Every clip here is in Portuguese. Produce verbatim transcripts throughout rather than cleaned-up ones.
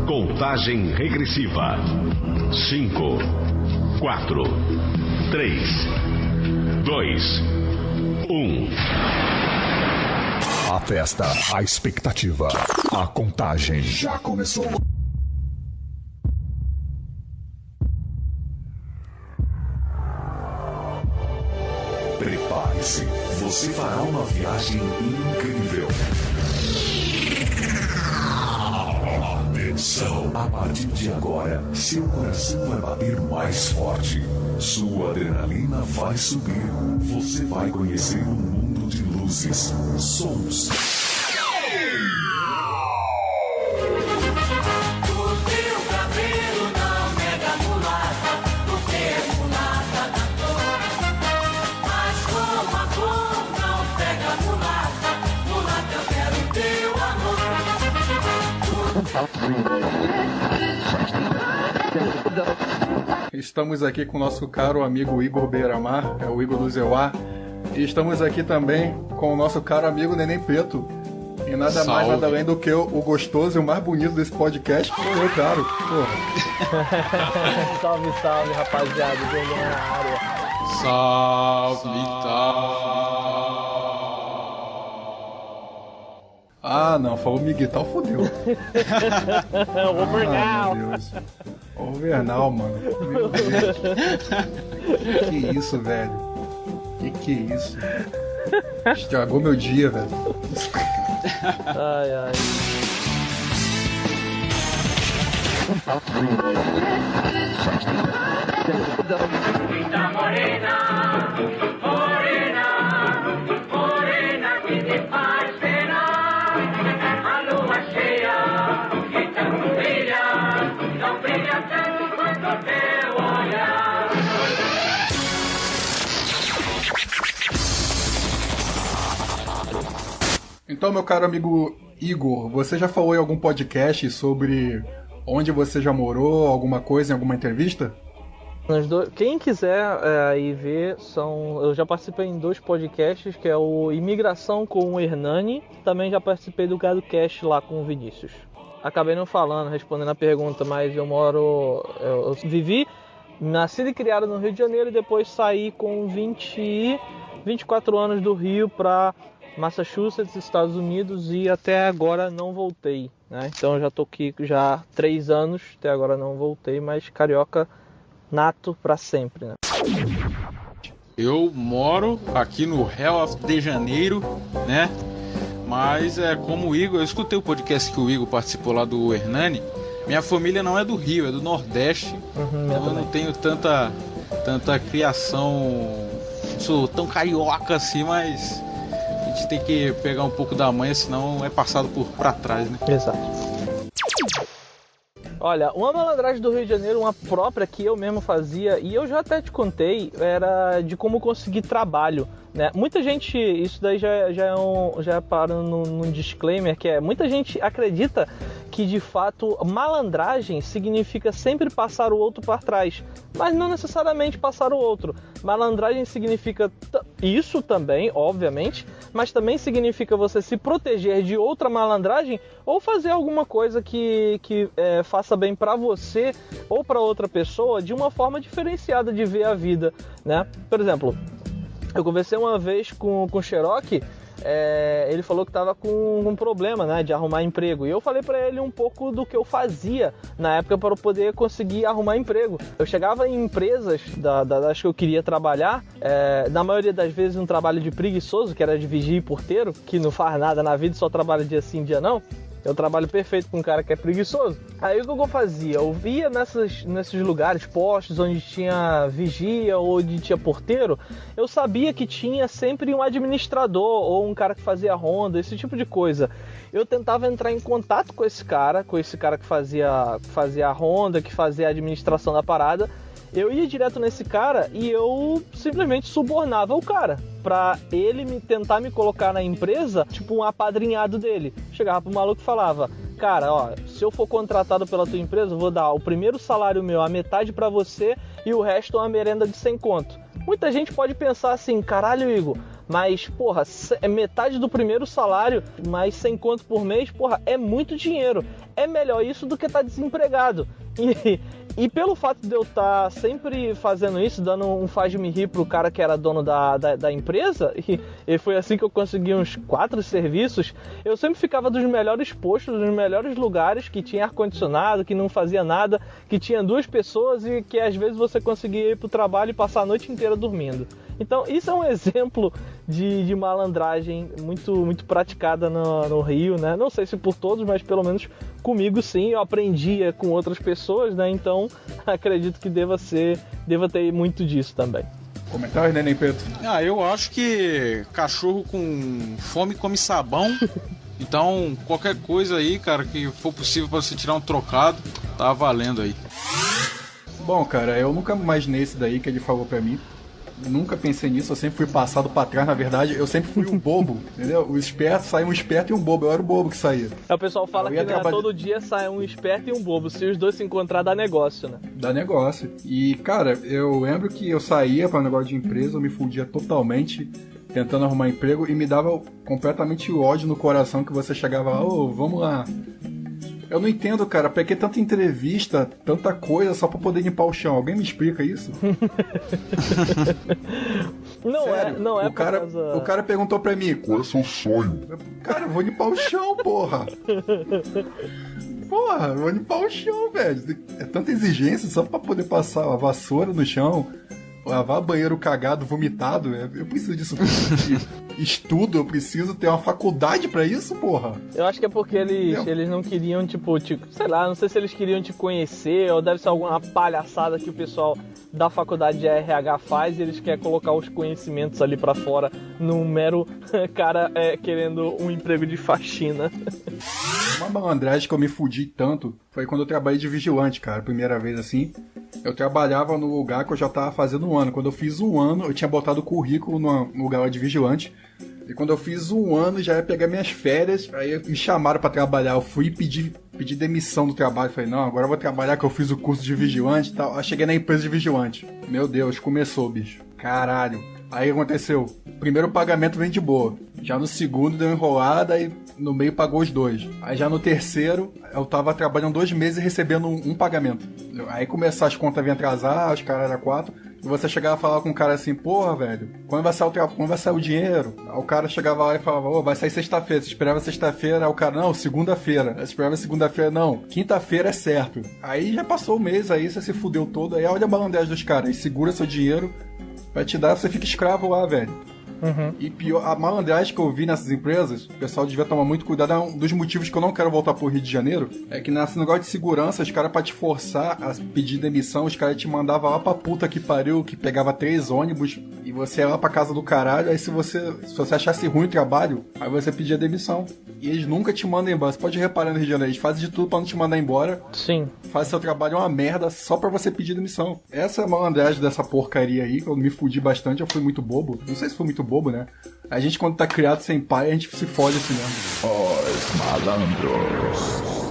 Contagem regressiva. Cinco, quatro, três, dois, um. A festa, a expectativa, a contagem já começou. Prepare-se, você fará uma viagem incrível. Atenção, a partir de agora, seu coração vai bater mais forte. Sua adrenalina vai subir. Você vai conhecer um mundo de luzes, sons. Estamos aqui com o nosso caro amigo Igor Beiramar, é o Igor do Zeuá. E estamos aqui também com o nosso caro amigo Neném Preto. E nada Salve. mais, nada além do que o, o gostoso e o mais bonito desse podcast, que sou eu, caro. Salve, salve, rapaziada. Venha na área. Salve, salve. Ah, não, falou Miguel, fodeu. O Vernal. Ah, meu Deus. O Vernal, mano. Meu Deus. Que isso, velho? Que que é isso? Estragou meu dia, velho. Ai, ai. Linda morena, morena, morena que te faz penar. A lua cheia que tanto brilha, não brilha tanto quanto teu olhar. Então, meu caro amigo Igor, você já falou em algum podcast sobre onde você já morou, alguma coisa, em alguma entrevista? Dois, quem quiser é, ir ver, são, eu já participei em dois podcasts, que é o Imigração com o Hernani, também já participei do GadoCast lá com o Vinícius. Acabei não falando, respondendo a pergunta, mas eu moro, eu, eu vivi, nascido e criado no Rio de Janeiro e depois saí com vinte, vinte e quatro anos do Rio para Massachusetts, Estados Unidos, e até agora não voltei, né? Então eu já tô aqui já há três anos, até agora não voltei, mas carioca nato pra sempre, né? Eu moro aqui no Rio de Janeiro, né? Mas é como o Igor, eu escutei o podcast que o Igor participou lá do Hernani. Minha família não é do Rio, é do Nordeste. Uhum, então eu não tenho tanta, tanta criação, não sou tão carioca assim, mas a gente tem que pegar um pouco da manha, senão é passado por pra trás, né? Exato. Olha, uma malandragem do Rio de Janeiro, uma própria que eu mesmo fazia, e eu já até te contei, era de como conseguir trabalho, né? Muita gente, isso daí já, já é um, já para num, num disclaimer, que é, muita gente acredita que de fato malandragem significa sempre passar o outro para trás, mas não necessariamente passar o outro. Malandragem significa t- isso também, obviamente, mas também significa você se proteger de outra malandragem ou fazer alguma coisa que, que é, faça bem para você ou para outra pessoa de uma forma diferenciada de ver a vida, né? Por exemplo, eu conversei uma vez com, com o Cherokee. É, ele falou que estava com um problema, né, de arrumar emprego, e eu falei para ele um pouco do que eu fazia na época para eu poder conseguir arrumar emprego. Eu chegava em empresas da, da, das que eu queria trabalhar, é, na maioria das vezes um trabalho de preguiçoso, que era de vigia e porteiro, que não faz nada na vida, só trabalha dia sim, dia não. É o trabalho perfeito com um cara que é preguiçoso. Aí o que eu fazia? Eu via nessas, nesses lugares, postos onde tinha vigia ou onde tinha porteiro, eu sabia que tinha sempre um administrador ou um cara que fazia ronda, esse tipo de coisa. Eu tentava entrar em contato com esse cara, com esse cara que fazia, que fazia a ronda, que fazia a administração da parada. Eu ia direto nesse cara e eu simplesmente subornava o cara pra ele me tentar me colocar na empresa, tipo um apadrinhado dele. Chegava pro maluco e falava: cara, ó, se eu for contratado pela tua empresa, eu vou dar o primeiro salário meu, a metade pra você e o resto é uma merenda de cem conto. Muita gente pode pensar assim: caralho, Igor, Mas, porra, é metade do primeiro salário, mais cem conto por mês, porra, é muito dinheiro. É melhor isso do que estar desempregado. E, e pelo fato de eu estar sempre fazendo isso, dando um faz-me rir pro cara que era dono da, da, da empresa, e, e foi assim que eu consegui uns quatro serviços, eu sempre ficava dos melhores postos, dos melhores lugares, que tinha ar-condicionado, que não fazia nada, que tinha duas pessoas e que às vezes você conseguia ir pro trabalho e passar a noite inteira dormindo. Então isso é um exemplo de, de malandragem muito, muito praticada no, no Rio, né? Não sei se por todos, mas pelo menos comigo sim, eu aprendia com outras pessoas, né? Então acredito que deva ser, deva ter muito disso também. Comentário, Neném Pedro? Ah, eu acho que cachorro com fome come sabão. Então, qualquer coisa aí, cara, que for possível pra você tirar um trocado, tá valendo aí. Bom, cara, eu nunca imaginei isso daí que ele falou pra mim. Nunca pensei nisso, eu sempre fui passado pra trás, na verdade, eu sempre fui um bobo, entendeu? O esperto sai um esperto e um bobo, eu era o bobo que saía. É, o pessoal fala que né, trabalhar... todo dia sai um esperto e um bobo, se os dois se encontrar dá negócio, né? Dá negócio. E, cara, eu lembro que eu saía pra um negócio de empresa, eu me fudia totalmente tentando arrumar emprego e me dava completamente ódio no coração que você chegava lá, ô, oh, vamos lá. Eu não entendo, cara, pra que tanta entrevista, tanta coisa só pra poder limpar o chão? Alguém me explica isso? Não Sério, é, não é o cara, causa... o cara perguntou pra mim, qual é o seu sonho? Cara, eu vou limpar o chão, porra. Porra, eu vou limpar o chão, velho. É tanta exigência só pra poder passar a vassoura no chão, lavar banheiro cagado, vomitado. Eu preciso disso. Estudo, eu preciso ter uma faculdade pra isso, porra. Eu acho que é porque eles, eles não queriam, tipo, tipo, sei lá, não sei se eles queriam te conhecer, ou deve ser alguma palhaçada que o pessoal da faculdade de R H faz e eles querem colocar os conhecimentos ali pra fora num mero cara é, querendo um emprego de faxina. Uma malandragem que eu me fudi tanto foi quando eu trabalhei de vigilante, cara, primeira vez assim. Eu trabalhava no lugar que eu já tava fazendo um ano. Quando eu fiz um ano, eu tinha botado o currículo no lugar de vigilante. E quando eu fiz um ano, já ia pegar minhas férias. Aí me chamaram pra trabalhar. Eu fui pedir, pedir demissão do trabalho. Falei, não, agora eu vou trabalhar que eu fiz o curso de vigilante e tal. Aí cheguei na empresa de vigilante. Meu Deus, começou, bicho. Caralho. Aí aconteceu. Primeiro pagamento vem de boa. Já no segundo deu enrolada e no meio pagou os dois. Aí já no terceiro, eu tava trabalhando dois meses e recebendo um, um pagamento. Aí começou as contas a vir atrasar, os caras eram quatro. E você chegava a falar com o cara assim, porra, velho, quando vai sair o, tra... quando vai sair o dinheiro? Aí o cara chegava lá e falava, ô, oh, vai sair sexta-feira. Você esperava sexta-feira, aí o cara, não, segunda-feira. Você esperava segunda-feira, não, quinta-feira é certo. Aí já passou o mês, aí você se fudeu todo. Aí olha a malandragem dos caras, aí segura seu dinheiro, vai te dar, você fica escravo lá, velho. Uhum. E pior, a malandragem que eu vi nessas empresas, o pessoal devia tomar muito cuidado. É um dos motivos que eu não quero voltar pro Rio de Janeiro. É que nesse negócio de segurança, os caras, pra te forçar a pedir demissão, os caras te mandavam lá pra puta que pariu, que pegava três ônibus e você ia lá pra casa do caralho. Aí se você, se você achasse ruim o trabalho, aí você pedia demissão. E eles nunca te mandam embora. Você pode reparar no Rio de Janeiro, eles fazem de tudo pra não te mandar embora. Sim. Faz seu trabalho uma merda só pra você pedir demissão. Essa é a malandragem dessa porcaria aí, que eu me fudi bastante, eu fui muito bobo. Não sei se fui muito bobo, né? A gente, quando tá criado sem pai, a gente se fode assim mesmo. Os malandros.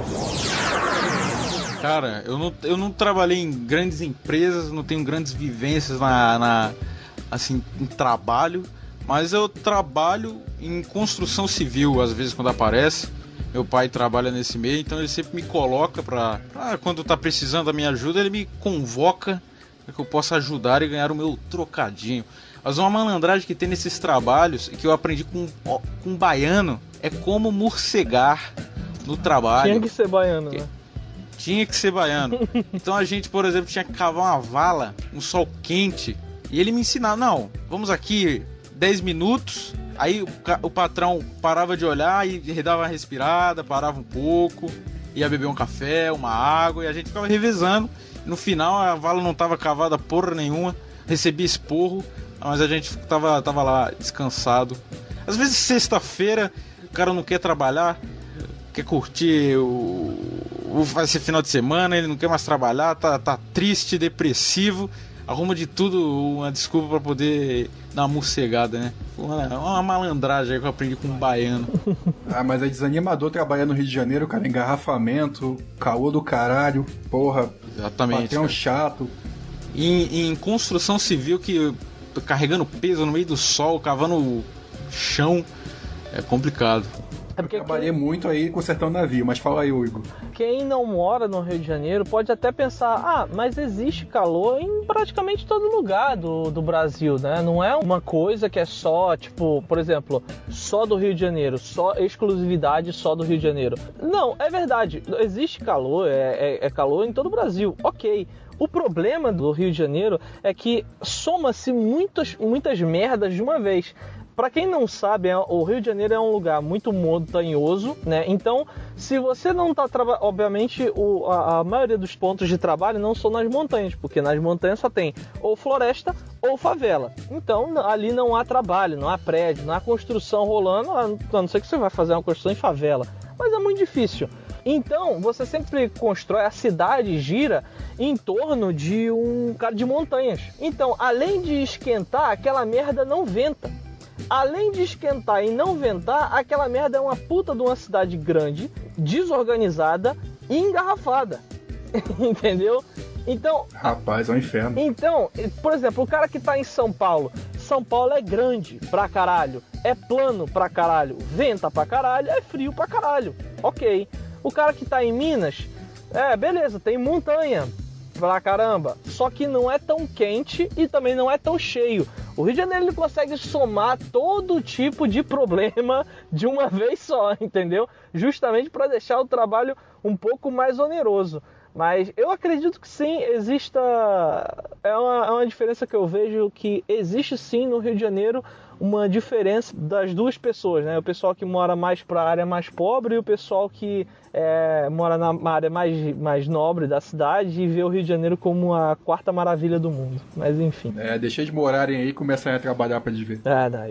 Cara, eu não, eu não trabalhei em grandes empresas, não tenho grandes vivências na, na assim, em trabalho, mas eu trabalho em construção civil, às vezes quando aparece. Meu pai trabalha nesse meio, então ele sempre me coloca pra... pra quando tá precisando da minha ajuda, ele me convoca para que eu possa ajudar e ganhar o meu trocadinho. Mas uma malandragem que tem nesses trabalhos, e que eu aprendi com, com um baiano, é como morcegar no trabalho. Tinha que ser baiano, né? Tinha que ser baiano. Então a gente, por exemplo, tinha que cavar uma vala, um sol quente, e ele me ensinava, não, vamos aqui dez minutos, aí o, o patrão parava de olhar e dava uma respirada, parava um pouco, ia beber um café, uma água, e a gente ficava revezando. No final a vala não estava cavada porra nenhuma, recebia esporro, mas a gente tava, tava lá descansado. Às vezes sexta-feira o cara não quer trabalhar, quer curtir o, o vai ser final de semana, ele não quer mais trabalhar, tá, tá triste, depressivo, arruma de tudo uma desculpa pra poder dar uma morcegada, né? Uma, uma malandragem aí que eu aprendi com um baiano. Ah, mas é desanimador trabalhar no Rio de Janeiro, cara, engarrafamento, caô do caralho, porra. Exatamente. Patrão chato. Em, em construção civil, que carregando peso no meio do sol, cavando chão. É complicado. É porque eu trabalhei quem... muito aí consertando navio, mas fala aí, Igor. Quem não mora no Rio de Janeiro pode até pensar, ah, mas existe calor em praticamente todo lugar do, do Brasil, né? Não é uma coisa que é só, tipo, por exemplo, só do Rio de Janeiro, só exclusividade só do Rio de Janeiro. Não, é verdade, existe calor, é, é, é calor em todo o Brasil, ok. O problema do Rio de Janeiro é que soma-se muitas, muitas merdas de uma vez. Para quem não sabe, o Rio de Janeiro é um lugar muito montanhoso, né? Então, se você não está trabalhando... Obviamente, o, a, a maioria dos pontos de trabalho não são nas montanhas, porque nas montanhas só tem ou floresta ou favela. Então, ali não há trabalho, não há prédio, não há construção rolando, a não ser que você vai fazer uma construção em favela. Mas é muito difícil. Então, você sempre constrói, a cidade gira em torno de um cara de montanhas. Então, além de esquentar, aquela merda não venta. Além de esquentar e não ventar, aquela merda é uma puta de uma cidade grande, desorganizada e engarrafada. Entendeu? Então... Rapaz, é um inferno. Então, por exemplo, o cara que tá em São Paulo. São Paulo é grande pra caralho, é plano pra caralho, venta pra caralho, é frio pra caralho. Ok. O cara que tá em Minas, é, beleza, tem montanha pra caramba, só que não é tão quente e também não é tão cheio. O Rio de Janeiro ele consegue somar todo tipo de problema de uma vez só, entendeu? Justamente para deixar o trabalho um pouco mais oneroso. Mas eu acredito que sim, exista... É uma, é uma diferença que eu vejo que existe sim no Rio de Janeiro uma diferença das duas pessoas, né? O pessoal que mora mais para a área mais pobre e o pessoal que é, mora na área mais, mais nobre da cidade e vê o Rio de Janeiro como a quarta maravilha do mundo. Mas enfim. É, deixei de morarem aí e começarem a trabalhar para eles verem. É, daí.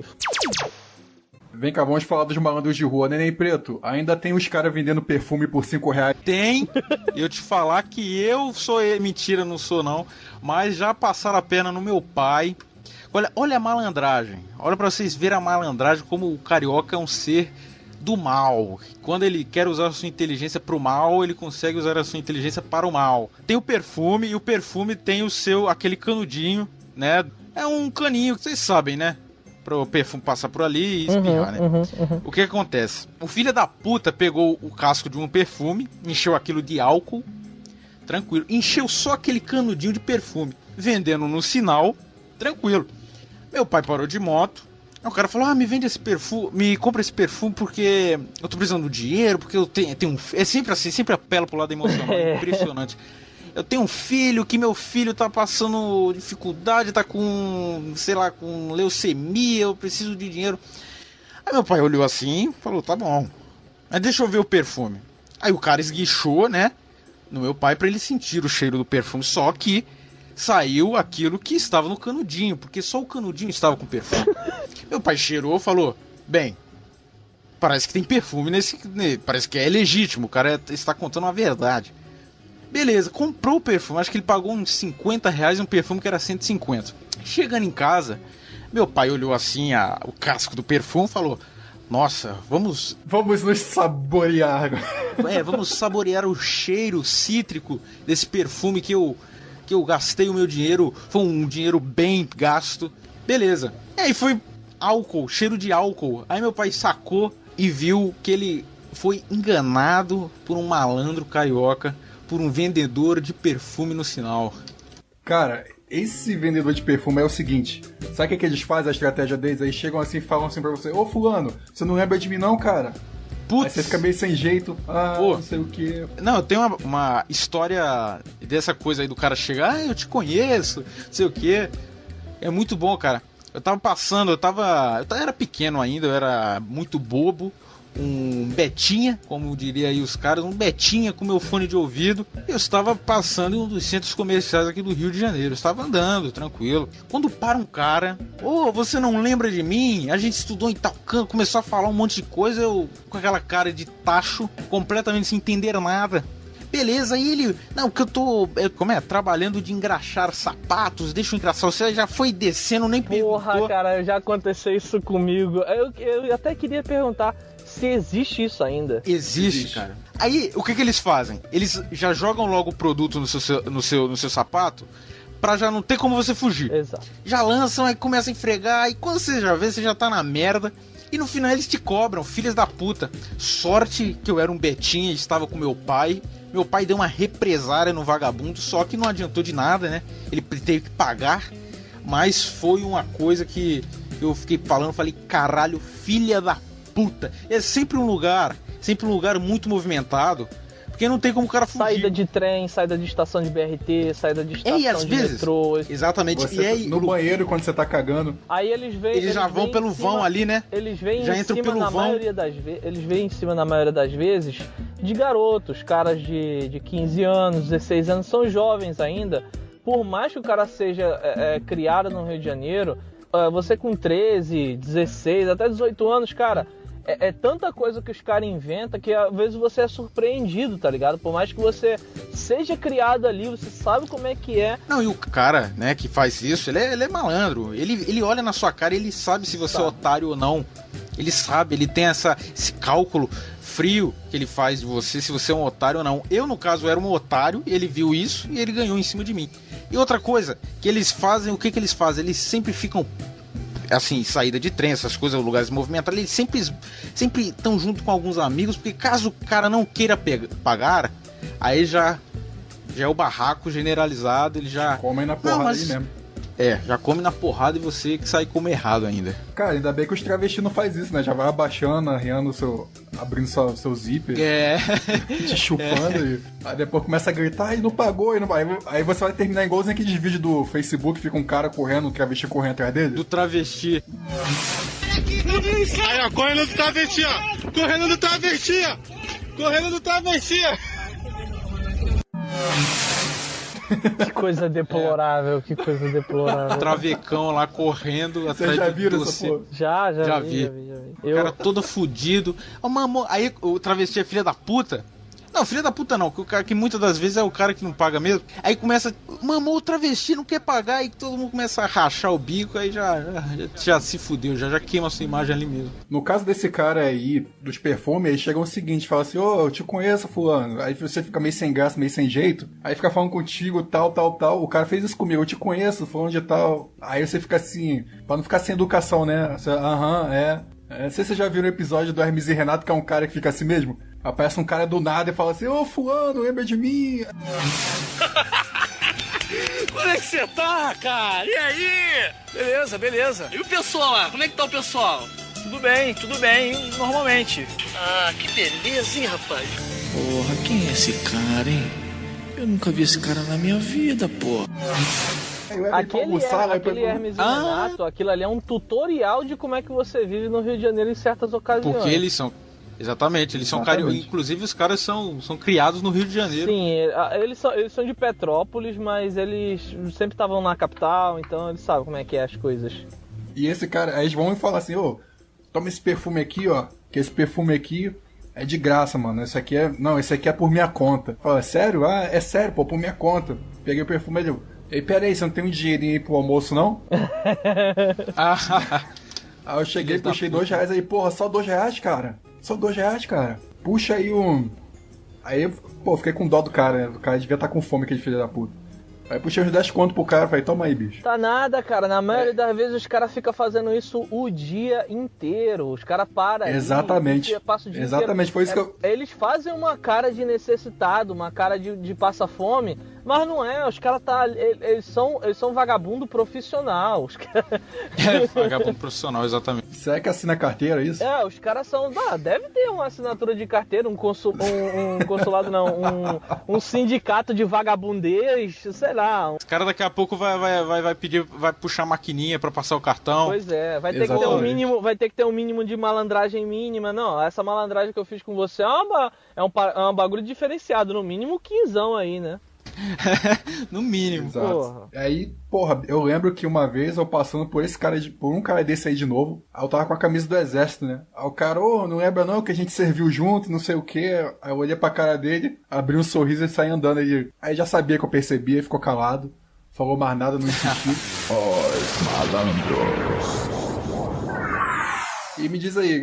Vem cá, vamos falar dos malandros de rua. Neném Preto, ainda tem os caras vendendo perfume por cinco reais? Tem. Eu te falar que eu sou... Mentira, não sou não. Mas já passaram a perna no meu pai. Olha, olha a malandragem. Olha pra vocês verem a malandragem, como o carioca é um ser do mal. Quando ele quer usar a sua inteligência pro mal, ele consegue usar a sua inteligência para o mal. Tem o perfume, e o perfume tem o seu, aquele canudinho, né? É um caninho que vocês sabem, né? Para o perfume passar por ali e espirrar, uhum, né? Uhum, uhum. O que acontece? O filho da puta pegou o casco de um perfume, encheu aquilo de álcool, tranquilo, encheu só aquele canudinho de perfume, vendendo no sinal, tranquilo. Meu pai parou de moto, aí o cara falou, ah, me vende esse perfume, me compra esse perfume porque eu tô precisando de dinheiro, porque eu tenho, tenho um... É sempre assim, sempre apela pro lado emocional, é impressionante. Eu tenho um filho, que meu filho tá passando dificuldade, tá com, sei lá, com leucemia, eu preciso de dinheiro. Aí meu pai olhou assim, falou, tá bom, mas deixa eu ver o perfume. Aí o cara esguichou, né, no meu pai pra ele sentir o cheiro do perfume, só que saiu aquilo que estava no canudinho, porque só o canudinho estava com perfume. Meu pai cheirou e falou, bem, parece que tem perfume nesse, parece que é legítimo, o cara está contando a verdade. Beleza, comprou o perfume, acho que ele pagou uns cinquenta reais em um perfume que era cento e cinquenta. Chegando em casa, meu pai olhou assim a, o casco do perfume e falou, nossa, vamos... Vamos nos saborear. É, vamos saborear o cheiro cítrico desse perfume que eu, que eu gastei o meu dinheiro, foi um dinheiro bem gasto. Beleza, e aí foi álcool, cheiro de álcool. Aí meu pai sacou e viu que ele foi enganado por um malandro carioca, por um vendedor de perfume no sinal. Cara, esse vendedor de perfume é o seguinte, sabe o que, que eles fazem, a estratégia deles? Aí chegam assim e falam assim pra você, ô fulano, você não lembra de mim não, cara? Putz. Aí você fica meio sem jeito, ah, Pô. não sei o que. Não, eu tenho uma, uma história dessa coisa aí do cara chegar, ah, eu te conheço, não sei o que. É muito bom, cara. Eu tava passando, eu tava... Eu era pequeno ainda, eu era muito bobo. Um betinha, como diria aí os caras, um betinha com meu fone de ouvido. Eu estava passando em um dos centros comerciais aqui do Rio de Janeiro. Eu estava andando, tranquilo. Quando para um cara, ô, oh, você não lembra de mim? A gente estudou em tal canto, começou a falar um monte de coisa, eu com aquela cara de tacho, completamente sem entender nada. Beleza, aí ele... Não, que eu tô... Eu, como é? Trabalhando de engraxar sapatos, deixa eu engraxar. Você já foi descendo, nem perguntou. Porra, cara, já aconteceu isso comigo. Eu, eu até queria perguntar se existe isso ainda. Existe, existe, cara. Aí, o que que eles fazem? Eles já jogam logo o produto no seu, no seu, no seu sapato pra já não ter como você fugir. Exato. Já lançam, aí começa a enfregar, e quando você já vê, você já tá na merda. E no final eles te cobram, filhas da puta. Sorte que eu era um betinha e estava com meu pai. Meu pai deu uma represária no vagabundo, só que não adiantou de nada, né? Ele teve que pagar, mas foi uma coisa que eu fiquei falando, falei, caralho, filha da puta. É sempre um lugar, sempre um lugar muito movimentado, porque não tem como o cara fugir. Saída de trem, saída de estação de B R T, saída de estação é, e às de vezes, metrô. Exatamente. Você e aí, no banheiro quando você tá cagando. Aí eles vêm. Eles já vão pelo vão ali, né? Eles vêm Já em entram cima pelo na vão. maioria das vezes. Eles vêm em cima na maioria das vezes de garotos, caras de, de quinze anos, dezesseis anos, são jovens ainda. Por mais que o cara seja é, é, criado no Rio de Janeiro, é, você com treze, dezesseis, até dezoito anos, cara. É, é tanta coisa que os caras inventam que às vezes você é surpreendido, tá ligado? Por mais que você seja criado ali, você sabe como é que é. Não, e o cara, né, que faz isso, ele é, ele é malandro. Ele, ele olha na sua cara e ele sabe se você Sabe. é otário ou não. Ele sabe, ele tem essa, esse cálculo frio que ele faz de você, se você é um otário ou não. Eu, no caso, era um otário, ele viu isso e ele ganhou em cima de mim. E outra coisa, que eles fazem, o que que eles fazem? Eles sempre ficam... assim, saída de trem, essas coisas, lugares movimentados, eles sempre sempre estão junto com alguns amigos, porque caso o cara não queira pegar, pagar, aí já já é o barraco generalizado, ele já Comem na porrada Não, mas- aí mesmo. é, já come na porrada e você que sai como errado ainda. Cara, ainda bem que os travestis não faz isso, né? Já vai abaixando, arriando o seu. abrindo seu, seu zíper, É, te chupando e. Aí depois começa a gritar e não pagou, e não vai. Aí você vai terminar igualzinho aqueles vídeos do Facebook, fica um cara correndo, um travesti correndo atrás dele. do travesti. Aí, ó, correndo do travesti, ó. Correndo do travesti, ó. Correndo do travesti, ó. Que coisa deplorável, que coisa deplorável. Travecão lá correndo Vocês atrás já de viram você. essa porra? Já, já, Já vi, vi. já vi, já vi. O Eu, cara todo fudido. Ó, mamô. Aí o travesti é filha da puta. Não, filha da puta não, que o cara que muitas das vezes é o cara que não paga mesmo. Aí começa, mamou o travesti, não quer pagar, e todo mundo começa a rachar o bico, aí já, já, já se fudeu, já, já queima a sua imagem ali mesmo. No caso desse cara aí, dos perfumes, aí chega o seguinte, fala assim, ô, eu te conheço, fulano. Aí você fica meio sem graça, meio sem jeito. Aí fica falando contigo, tal, tal, tal. O cara fez isso comigo, eu te conheço, fulano de tal. Aí você fica assim, pra não ficar sem educação, né? Você, aham, é. É, não sei se vocês já viram o episódio do Hermes e Renato, que é um cara que fica assim mesmo. Aparece um cara do nada e fala assim, ô, fulano, lembra de mim? Como é que você tá, cara? E aí? Beleza, beleza. E o pessoal lá? Como é que tá o pessoal? Tudo bem, tudo bem, normalmente. Ah, que beleza, hein, rapaz? Porra, quem é esse cara, hein? Eu nunca vi esse cara na minha vida, porra. Aí vai pra Aquele, almoçar, é, vai pra- aquele Hermes e Ah. Renato, aquilo ali é um tutorial de como é que você vive no Rio de Janeiro em certas ocasiões. Porque eles são. Exatamente, eles são Exatamente. cariocas. Inclusive os caras são, são criados no Rio de Janeiro. Sim, é, eles são, eles são de Petrópolis, mas eles sempre estavam na capital, então eles sabem como é que é as coisas. E esse cara, aí eles vão e falam assim, ô, toma esse perfume aqui, ó, que esse perfume aqui é de graça, mano. Esse aqui é, não, esse aqui é por minha conta. Fala, sério? Ah, é sério, pô, por minha conta. Peguei o perfume ali, ei, pera aí, você não tem um dinheirinho aí pro almoço, não? Ah, Aí eu cheguei, puxei dois reais aí, porra, só dois reais, cara? Só dois reais, cara? Puxa aí um... Aí, eu, pô, fiquei com dó do cara, né? O cara devia estar com fome, aquele filho da puta. Aí puxei uns dez conto pro cara, falei, toma aí, bicho. Tá nada, cara. Na É. maioria das vezes os caras ficam fazendo isso o dia inteiro. Os caras param ali, Exatamente. o dia- passa o dia Exatamente, inteiro. foi isso que eu... É, Eles fazem uma cara de necessitado, uma cara de, de passa-fome, mas não é. Os caras tá, eles, eles são, eles são vagabundo profissional. Os caras, é vagabundo profissional, exatamente. Será que assina a carteira, isso? é, os caras são. Ah, deve ter uma assinatura de carteira, um, consul, um, um consulado, não, um, um sindicato de vagabundez, sei lá. Um, Os caras daqui a pouco vai, vai, vai, vai pedir, vai puxar a maquininha pra passar o cartão. Pois é, vai ter que ter um Exatamente. mínimo, vai ter que ter um mínimo de malandragem mínima. Não, essa malandragem que eu fiz com você é, uma, é, um, pa- é um bagulho diferenciado, no mínimo quinzão aí, né? No mínimo. Exato. Porra. Aí, porra, eu lembro que uma vez eu passando por esse cara, de, por um cara desse aí de novo, aí eu tava com a camisa do exército, né? Aí o cara, ô, não lembra não que a gente serviu junto, não sei o quê. Aí eu olhei pra cara dele, abri um sorriso e saí andando aí. Aí já sabia que eu percebia, ficou calado, falou mais nada, não insisti. Os malandros. E me diz aí,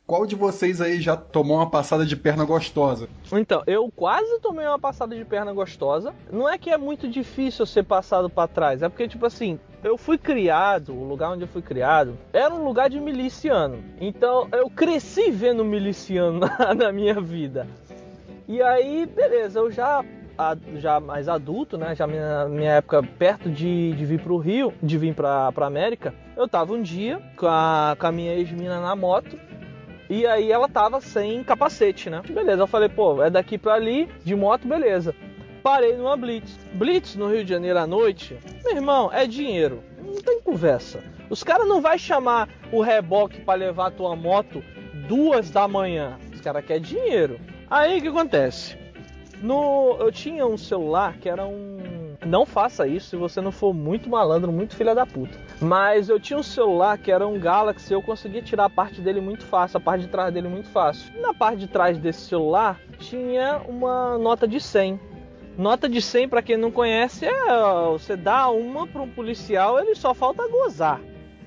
Qual de vocês aí já tomou uma passada de perna gostosa? Então, eu quase tomei uma passada de perna gostosa. Não é que é muito difícil ser passado pra trás, é porque, tipo assim, eu fui criado, o lugar onde eu fui criado era um lugar de miliciano. Então, eu cresci vendo miliciano na, na minha vida. E aí, beleza, eu já, já mais adulto, né, já minha, minha época perto de, de vir pro Rio, de vir pra, pra América, eu tava um dia com a, com a minha ex-mina na moto. E aí ela tava sem capacete, né? Beleza, eu falei, pô, é daqui pra ali, de moto, beleza. Parei numa Blitz. Blitz no Rio de Janeiro à noite, meu irmão, é dinheiro. Não tem conversa. Os caras não vai chamar o reboque pra levar a tua moto duas da manhã. Os caras querem dinheiro. Aí o que acontece? No, eu tinha um celular que era um... Não faça isso se você não for muito malandro, muito filha da puta. Mas eu tinha um celular que era um Galaxy, eu conseguia tirar a parte dele muito fácil, a parte de trás dele muito fácil. Na parte de trás desse celular tinha uma nota de cem. Nota de cem, pra quem não conhece, é você dá uma pra um policial, ele só falta gozar.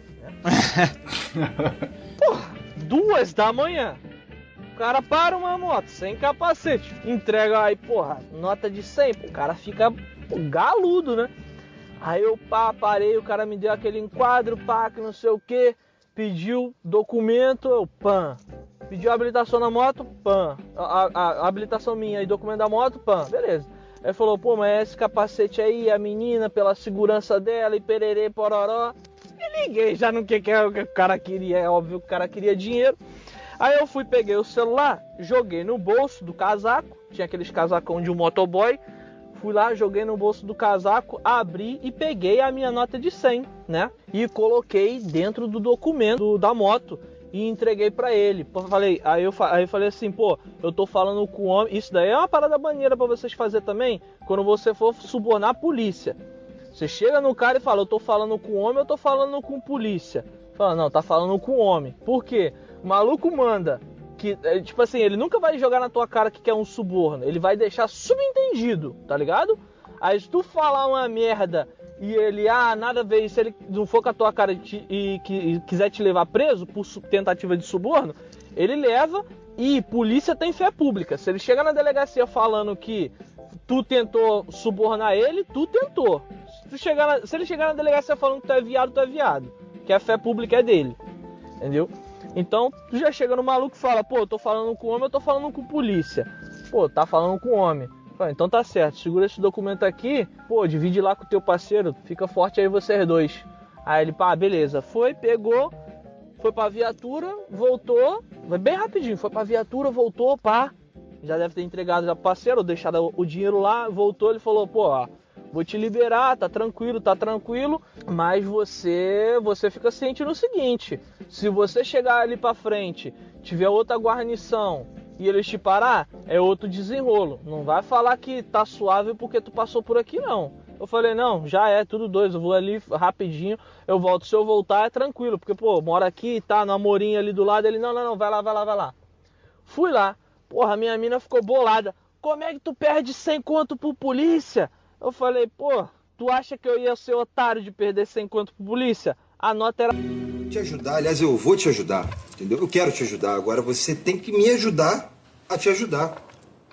Porra, duas da manhã. O cara para uma moto sem capacete, entrega aí, porra, nota de cem, o cara fica galudo, né? Aí eu pá, parei, o cara me deu aquele enquadro, pá, que não sei o que, pediu documento, eu pã, pediu habilitação na moto, pã, a, a, a habilitação minha e documento da moto, pã, beleza. Aí falou, pô, mas esse capacete aí, a menina, pela segurança dela, e pererê, pororó. E liguei já no que, que o cara queria, é óbvio que o cara queria dinheiro. Aí eu fui, peguei o celular, joguei no bolso do casaco, tinha aqueles casacão de um motoboy. Fui lá, joguei no bolso do casaco, abri e peguei a minha nota de cem, né? E coloquei dentro do documento da moto e entreguei pra ele. Falei, aí, eu, aí eu falei assim, pô, eu tô falando com o homem... Isso daí é uma parada maneira pra vocês fazer também, quando você for subornar a polícia. Você chega no cara e fala, eu tô falando com o homem, eu tô falando com polícia. Fala, não, tá falando com o homem. Por quê? O maluco manda... Que, tipo assim, ele nunca vai jogar na tua cara que quer um suborno. Ele vai deixar subentendido, tá ligado? Aí se tu falar uma merda e ele, ah, nada a ver, se ele não for com a tua cara te, e, que, e quiser te levar preso por tentativa de suborno, ele leva. E polícia tem fé pública. Se ele chega na delegacia falando que tu tentou subornar ele, tu tentou. Se, tu chegar na, se ele chegar na delegacia falando que tu é viado, tu é viado. Que a fé pública é dele. Entendeu? Então, tu já chega no maluco e fala, pô, eu tô falando com homem, eu tô falando com polícia. Pô, tá falando com homem. Fala, então tá certo, segura esse documento aqui, pô, divide lá com o teu parceiro, fica forte aí vocês dois. Aí ele, pá, beleza, foi, pegou, foi pra viatura, voltou, foi bem rapidinho, foi pra viatura, voltou, pá, já deve ter entregado já pro parceiro, deixado o dinheiro lá, voltou, ele falou, pô, ó, vou te liberar, tá tranquilo, tá tranquilo, mas você você fica ciente no seguinte, se você chegar ali pra frente, tiver outra guarnição e eles te parar, é outro desenrolo, não vai falar que tá suave porque tu passou por aqui não. Eu falei, não, já é, tudo dois, eu vou ali rapidinho, eu volto, se eu voltar é tranquilo, porque pô, mora aqui, tá no amorinho ali do lado, ele, não, não, não, vai lá, vai lá, vai lá. Fui lá, porra, minha mina ficou bolada, como é que tu perde cem conto pro polícia? Eu falei, pô, tu acha que eu ia ser otário de perder cem conto pro polícia? A nota era... Te ajudar, aliás, eu vou te ajudar, entendeu? Eu quero te ajudar, agora você tem que me ajudar a te ajudar.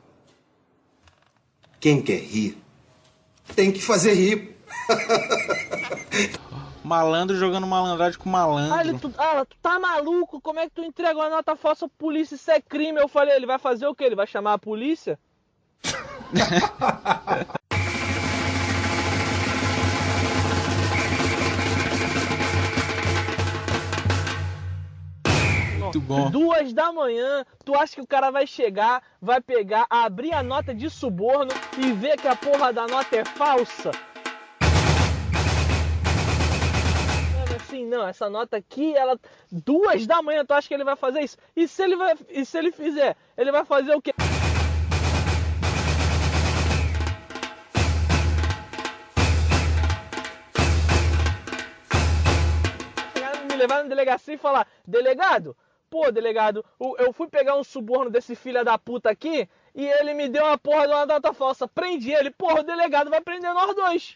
Quem quer rir, tem que fazer rir. Malandro jogando malandragem com malandro. Ah, ele, tu, ah, tu tá maluco? Como é que tu entrega uma nota falsa pra polícia? Isso é crime. Eu falei, ele vai fazer o quê? Ele vai chamar a polícia? Muito bom. Duas da manhã, tu acha que o cara vai chegar, vai pegar, abrir a nota de suborno e ver que a porra da nota é falsa? Mano, assim, não, essa nota aqui, ela... Duas da manhã, tu acha que ele vai fazer isso? E se ele, vai... e se ele fizer? Ele vai fazer o quê? Me levar na delegacia e falar, delegado, pô, delegado, eu fui pegar um suborno desse filho da puta aqui e ele me deu uma porra de uma nota falsa. Prendi ele, porra, o delegado vai prender nós dois.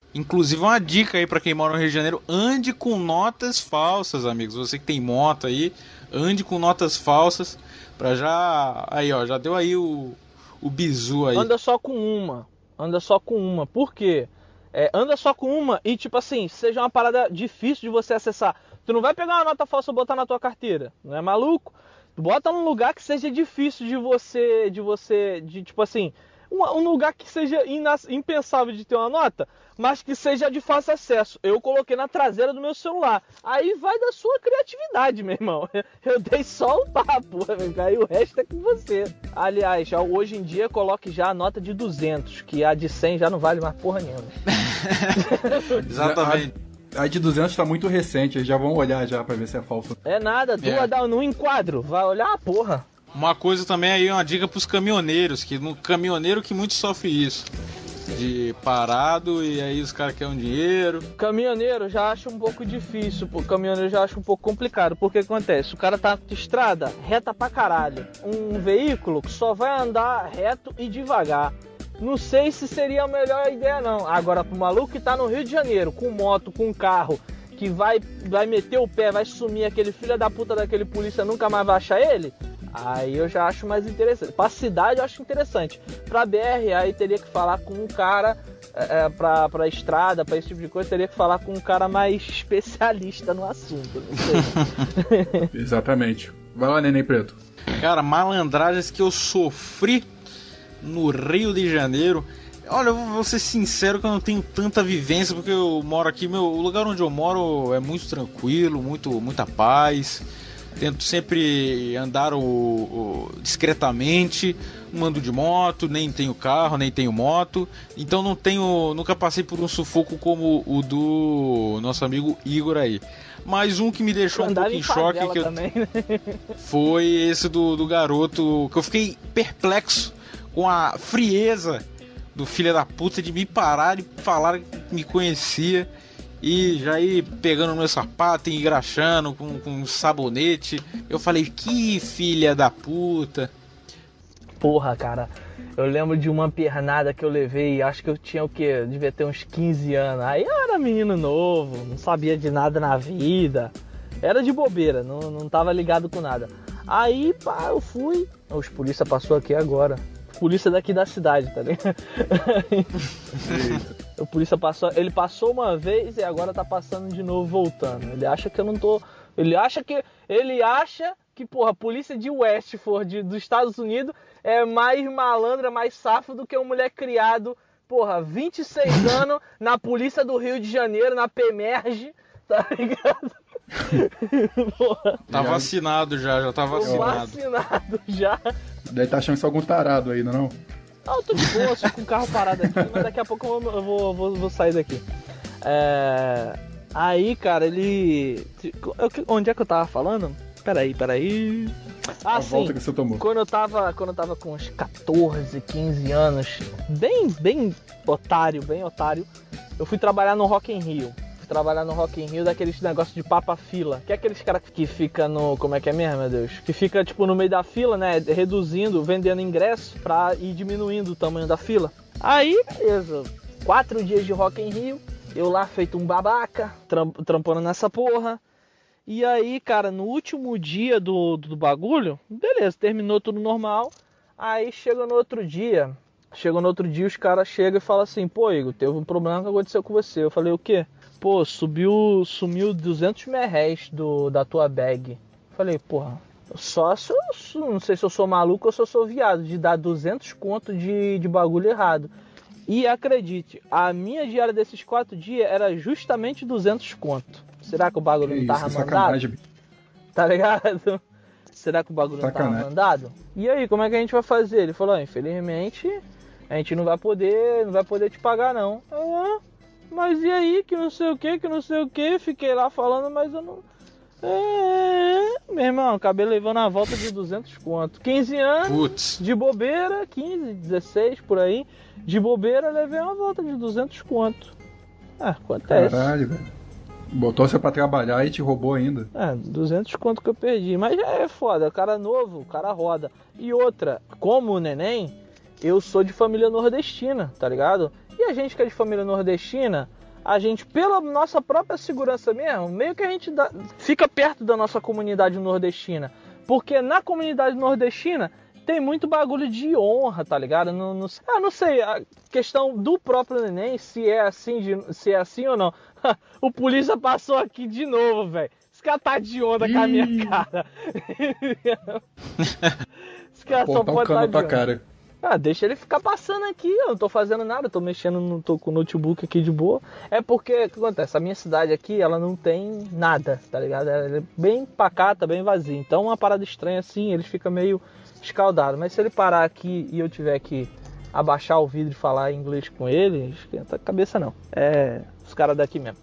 Inclusive uma dica aí pra quem mora no Rio de Janeiro, ande com notas falsas, amigos. Você que tem moto aí, ande com notas falsas pra já... Aí, ó, já deu aí o, o bizu aí. Anda só com uma, anda só com uma. Por quê? É, anda só com uma e, tipo assim, seja uma parada difícil de você acessar. Tu não vai pegar uma nota falsa e botar na tua carteira, não é maluco? Tu bota num lugar que seja difícil de você, de você, de tipo assim, um, um lugar que seja inas, impensável de ter uma nota, mas que seja de fácil acesso. Eu coloquei na traseira do meu celular. Aí vai da sua criatividade, meu irmão. Eu dei só um papo, aí o resto é com você. Aliás, já, hoje em dia coloque já a nota de duzentos, que a de cem já não vale mais porra nenhuma. Exatamente. A, a de duzentos tá muito recente, eles já vão olhar já pra ver se é falso. É nada, tu É. vai dar no enquadro, vai olhar a porra. Uma coisa também aí, uma dica pros caminhoneiros, que no caminhoneiro que muito sofre isso. De parado e aí os caras querem um dinheiro. Caminhoneiro já acha um pouco difícil, pô. Caminhoneiro já acha um pouco complicado. Porque acontece? O cara tá na estrada reta pra caralho. Um veículo que só vai andar reto e devagar. Não sei se seria a melhor ideia, não. Agora, pro maluco que tá no Rio de Janeiro, com moto, com carro, que vai, vai meter o pé, vai sumir aquele filho da puta daquele polícia, nunca mais vai achar ele, aí eu já acho mais interessante. Pra cidade eu acho interessante. Pra B R, aí teria que falar com um cara, é, pra, pra estrada, pra esse tipo de coisa, teria que falar com um cara mais especialista no assunto. Não sei. Exatamente. Vai lá, Neném Preto. Cara, malandragens que eu sofri no Rio de Janeiro. Olha, eu vou ser sincero que eu não tenho tanta vivência, porque eu moro aqui, meu, o lugar onde eu moro é muito tranquilo, muito, muita paz. Tento sempre andar o, o, discretamente, não ando de moto, nem tenho carro, nem tenho moto. Então não tenho, nunca passei por um sufoco como o do nosso amigo Igor aí. Mas um que me deixou um pouco em choque que eu... também, né? foi esse do, do garoto, que eu fiquei perplexo com a frieza do filho da puta de me parar e falar que me conhecia e já ir pegando no meu sapato e engraxando com, com sabonete. Eu falei, que filha da puta. Porra, cara, eu lembro de uma pernada que eu levei, acho que eu tinha o quê? Devia ter uns quinze anos. Aí eu era menino novo, não sabia de nada na vida. Era de bobeira, não, não tava ligado com nada. Aí, pá, eu fui. Os polícia passou aqui agora. Polícia daqui da cidade, tá ligado? O polícia passou, ele passou uma vez e agora tá passando de novo, voltando. Ele acha que eu não tô, ele acha que, ele acha que, porra, a polícia de Westford, dos Estados Unidos, é mais malandra, mais safo do que um moleque criado, porra, vinte e seis anos na polícia do Rio de Janeiro, na P M E R G, tá ligado? Porra. Tá vacinado já, já tá vacinado. Vacinado já. Deve estar achando que é algum tarado aí, não é não? Não, eu tô de boa, só com o carro parado aqui, mas daqui a pouco eu vou, eu vou, vou, vou sair daqui. É... Aí, cara, ele... Onde é que eu tava falando? Peraí, peraí... Ah, a sim, volta que você tomou. Quando eu tava, quando eu tava com uns catorze, quinze anos, bem, bem otário, bem otário, eu fui trabalhar no Rock in Rio. Trabalhar no Rock in Rio daqueles negócios de papa-fila. Que é aqueles caras que fica no... Como é que é mesmo, meu Deus? Que fica, tipo, no meio da fila, né? Reduzindo, vendendo ingresso pra ir diminuindo o tamanho da fila. Aí, beleza. Quatro dias de Rock in Rio. Eu lá, feito um babaca, tramp, trampando nessa porra. E aí, cara, no último dia do, do bagulho, beleza, terminou tudo normal. Aí, chega no outro dia... Chega no outro dia, os caras chegam e falam assim... Pô, Igor, teve um problema que aconteceu com você. Eu falei, o quê? Pô, subiu, sumiu duzentos merréis do, da tua bag. Falei, porra, só se eu, não sei se eu sou maluco ou se eu sou viado, de dar duzentos conto de, de bagulho errado. E acredite, a minha diária desses quatro dias era justamente duzentos conto. Será que o bagulho que não tava isso, mandado? sacanagem. Tá ligado? Será que o bagulho sacanagem. Não tava mandado? E aí, como é que a gente vai fazer? Ele falou, infelizmente, a gente não vai poder, não vai poder te pagar não. Eu, ah, mas e aí, que não sei o que, que não sei o que, fiquei lá falando, mas eu não... É, meu irmão, acabei levando a volta de duzentos conto. quinze anos, Putz. De bobeira, quinze, dezesseis, por aí, de bobeira, levei uma volta de duzentos conto. Ah, acontece. Caralho, velho. Botou você pra trabalhar e te roubou ainda. É, duzentos conto que eu perdi. Mas é foda, o cara novo, o cara roda. E outra, como o neném... eu sou de família nordestina, tá ligado? E a gente que é de família nordestina, a gente, pela nossa própria segurança mesmo, meio que a gente dá, fica perto da nossa comunidade nordestina. Porque na comunidade nordestina tem muito bagulho de honra, tá ligado? Não, não, ah, não sei, a questão do próprio neném, se é assim, de, se é assim ou não. O polícia passou aqui de novo, velho. Esse cara tá de onda Ih. com a minha cara. Esse cara Pô, só tá um pode cano estar de pra onda. cara. Ah, deixa ele ficar passando aqui, eu não tô fazendo nada, eu tô mexendo, no, tô com o notebook aqui de boa. É porque, o que acontece? A minha cidade aqui, ela não tem nada, tá ligado? Ela é bem pacata, bem vazia. Então, uma parada estranha assim, ele fica meio escaldado. Mas se ele parar aqui e eu tiver que abaixar o vidro e falar inglês com ele, esquenta a cabeça não. É os caras daqui mesmo.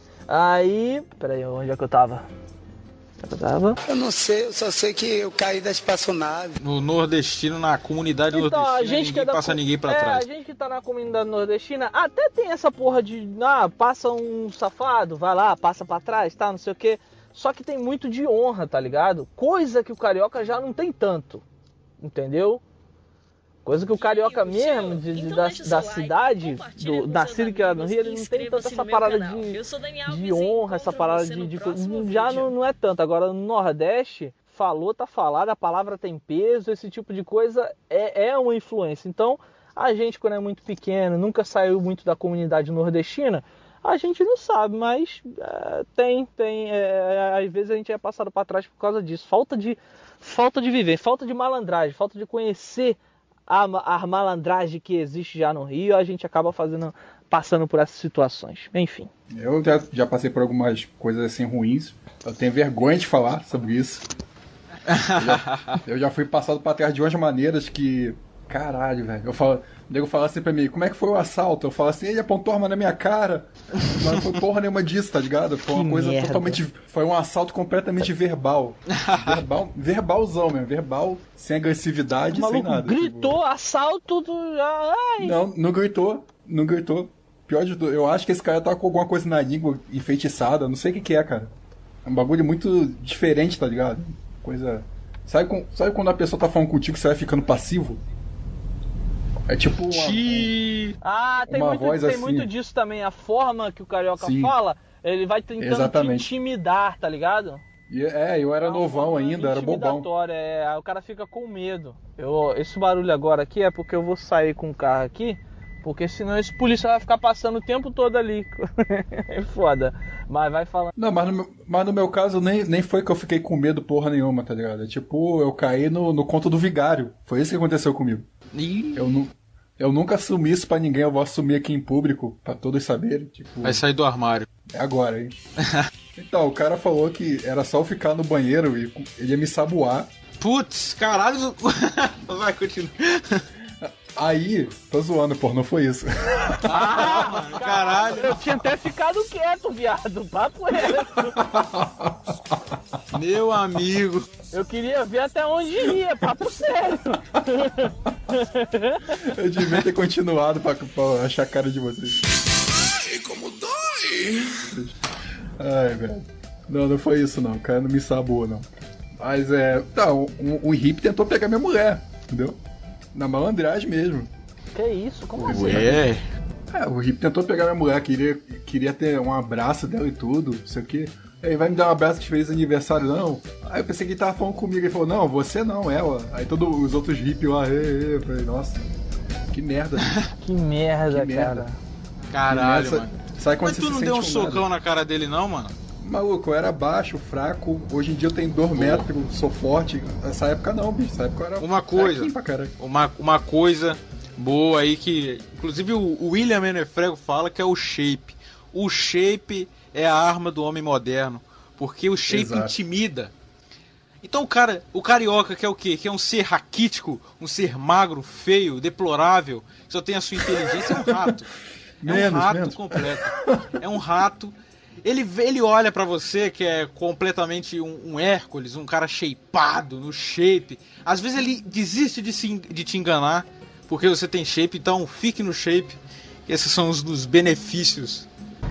Aí, peraí, onde é que eu tava? Eu tava? Eu não sei, eu só sei que eu caí da espaçonave. No nordestino, na comunidade Então, nordestina, a gente ninguém que é da, passa ninguém pra é, trás. a gente que tá na comunidade nordestina, até tem essa porra de, ah, passa um safado, vai lá, passa pra trás, tá, não sei o quê. Só que tem muito de honra, tá ligado? Coisa que o carioca já não tem tanto, entendeu? Coisa que o carioca mesmo, de, de, da, da cidade, do, nascido que era no Rio, ele não tem tanta essa parada de, de honra, essa parada de... de já não, não é tanto. Agora, no Nordeste, falou, tá falado, a palavra tem peso, esse tipo de coisa é, é uma influência. Então, a gente, quando é muito pequeno, nunca saiu muito da comunidade nordestina, a gente não sabe, mas é, tem, tem. É, às vezes a gente é passado para trás por causa disso. Falta de, falta de viver, falta de malandragem, falta de conhecer A, a malandragem que existe já no Rio, a gente acaba fazendo, passando por essas situações. Enfim. Eu já, já passei por algumas coisas assim ruins. Eu tenho vergonha de falar sobre isso. Eu já, eu já fui passado pra trás de umas maneiras que... Caralho, velho. Eu falo, o nego fala assim pra mim, como é que foi o assalto? Eu falo assim, ele apontou a arma na minha cara. Mas não foi porra nenhuma disso, tá ligado? Foi uma Que coisa merda. totalmente... Foi um assalto completamente verbal. Verbal, verbalzão mesmo. Verbal, sem agressividade, O maluco sem nada. gritou, tipo... assalto do... Ai. Não, não gritou. Não gritou. Pior de tudo, eu acho que esse cara tá com alguma coisa na língua enfeitiçada. Não sei o que que é, cara. É um bagulho muito diferente, tá ligado? Coisa... Sabe, com... Sabe quando a pessoa tá falando contigo e você vai ficando passivo? É tipo uma, um, ah, tem, uma muito, voz tem assim. muito disso também. A forma que o carioca Sim. fala, ele vai tentando Exatamente. te intimidar, tá ligado? E, é, eu era É uma novão forma ainda, era bobão. intimidatória, é, aí o cara fica com medo. Eu, esse barulho agora aqui é porque eu vou sair com o carro aqui, porque senão esse polícia vai ficar passando o tempo todo ali. É foda. Mas vai falar. Não, mas no, meu, mas no meu caso nem, nem foi que eu fiquei com medo porra nenhuma, tá ligado? É tipo, eu caí no, no conto do vigário. Foi isso que aconteceu comigo. Eu, nu, eu nunca assumi isso pra ninguém, eu vou assumir aqui em público, pra todos saberem. Tipo, vai sair do armário. É agora, hein? Então, o cara falou que era só eu ficar no banheiro e ele ia me saboar. Putz, caralho. Vai, continua. Aí, tô zoando, pô, não foi isso. Ah, mano, caralho. Eu tinha até ficado quieto, viado. Papo reto. Meu amigo. Eu queria ver até onde ia, papo sério. Eu devia ter continuado pra, pra achar a cara de vocês. Ai, como dói! Ai, velho. Não, não foi isso não, o cara não me saboou, não. Mas é. Tá, um, um hippie tentou pegar minha mulher, entendeu? Na malandragem mesmo. Que isso? Como assim? Ué. É, o hippie tentou pegar minha mulher, queria, queria ter um abraço dela e tudo, não sei o que. Aí vai me dar um abraço de feliz aniversário, não. Aí eu pensei que ele tava falando comigo, ele falou, não, você não, ela. Aí todos os outros hippies lá, ei, eu falei, nossa, que merda. Que merda, que cara. merda. Caralho, Essa, mano. Sabe quando Mas você tu se não sente deu um com socão nada? na cara dele não, mano? Maluco, eu era baixo, fraco, hoje em dia eu tenho dois metros, sou forte. Nessa época não, bicho, nessa época eu era Uma coisa, fraquinho pra caralho. uma, uma coisa boa aí que, inclusive o, o William Menefrego fala que é o shape. O shape é a arma do homem moderno, porque o shape Exato. intimida. Então o cara, o carioca que é o quê? Que é um ser raquítico, um ser magro, feio, deplorável, que só tem a sua inteligência, é um rato. É Menos, um rato menos. completo. É um rato. Ele, ele olha pra você que é completamente um, um Hércules, um cara shapeado, no shape. Às vezes ele desiste de, se, de te enganar, porque você tem shape, então fique no shape. Esses são os, os benefícios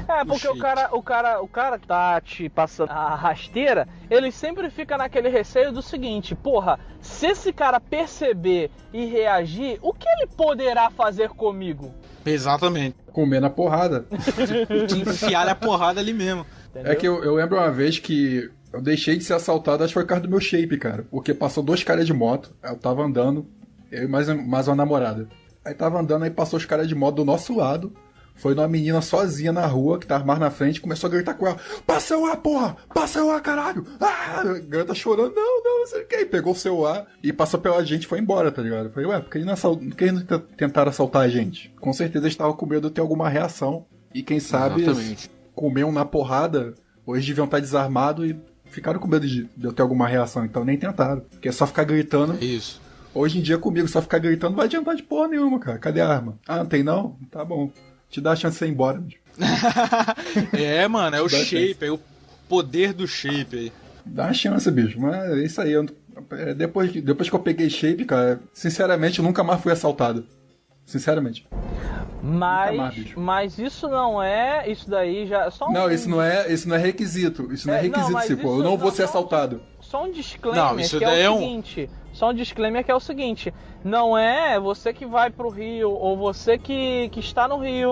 É, porque o cara, o cara, o cara que tá te passando a rasteira, ele sempre fica naquele receio do seguinte, porra, se esse cara perceber e reagir, o que ele poderá fazer comigo? Exatamente. Comer na porrada. Te enfiar a porrada ali mesmo. Entendeu? É que eu, eu lembro uma vez que eu deixei de ser assaltado, acho que foi por causa do meu shape, cara. Porque passou dois caras de moto, eu tava andando, eu e mais, mais uma namorada. Aí tava andando, aí passou os caras de moto do nosso lado. Foi uma menina sozinha na rua, que tava mais na frente, começou a gritar com ela: passa o celular, porra! Passa o celular, caralho! Ah! A garota chorando: não, não, não sei o que. Pegou o celular e passou pela gente e foi embora, tá ligado? Eu falei: ué, por que eles não, assalt... por que eles não tentaram assaltar a gente? Com certeza eles estavam com medo de ter alguma reação. E quem sabe, comeram na porrada, ou eles deviam estar desarmados e ficaram com medo de, de eu ter alguma reação. Então nem tentaram. Porque é só ficar gritando. Isso. Hoje em dia comigo, só ficar gritando não vai adiantar de porra nenhuma, cara. Cadê a arma? Ah, não tem não? Tá bom. Te dá a chance de você ir embora. É, mano, é o shape, é o poder do shape aí. Dá uma chance, bicho, mas é isso aí. Eu, depois, depois que eu peguei shape, cara, sinceramente, eu nunca mais fui assaltado. Sinceramente. Mas, mais, mas isso não é. Isso daí já. Só um... Não, isso não é, isso não é requisito. Isso não é, é requisito, tipo, eu não vou ser assaltado. Só um disclaimer não, isso que é o é um... seguinte. Só um disclaimer que é o seguinte. Não é você que vai pro Rio, ou você que, que está no Rio,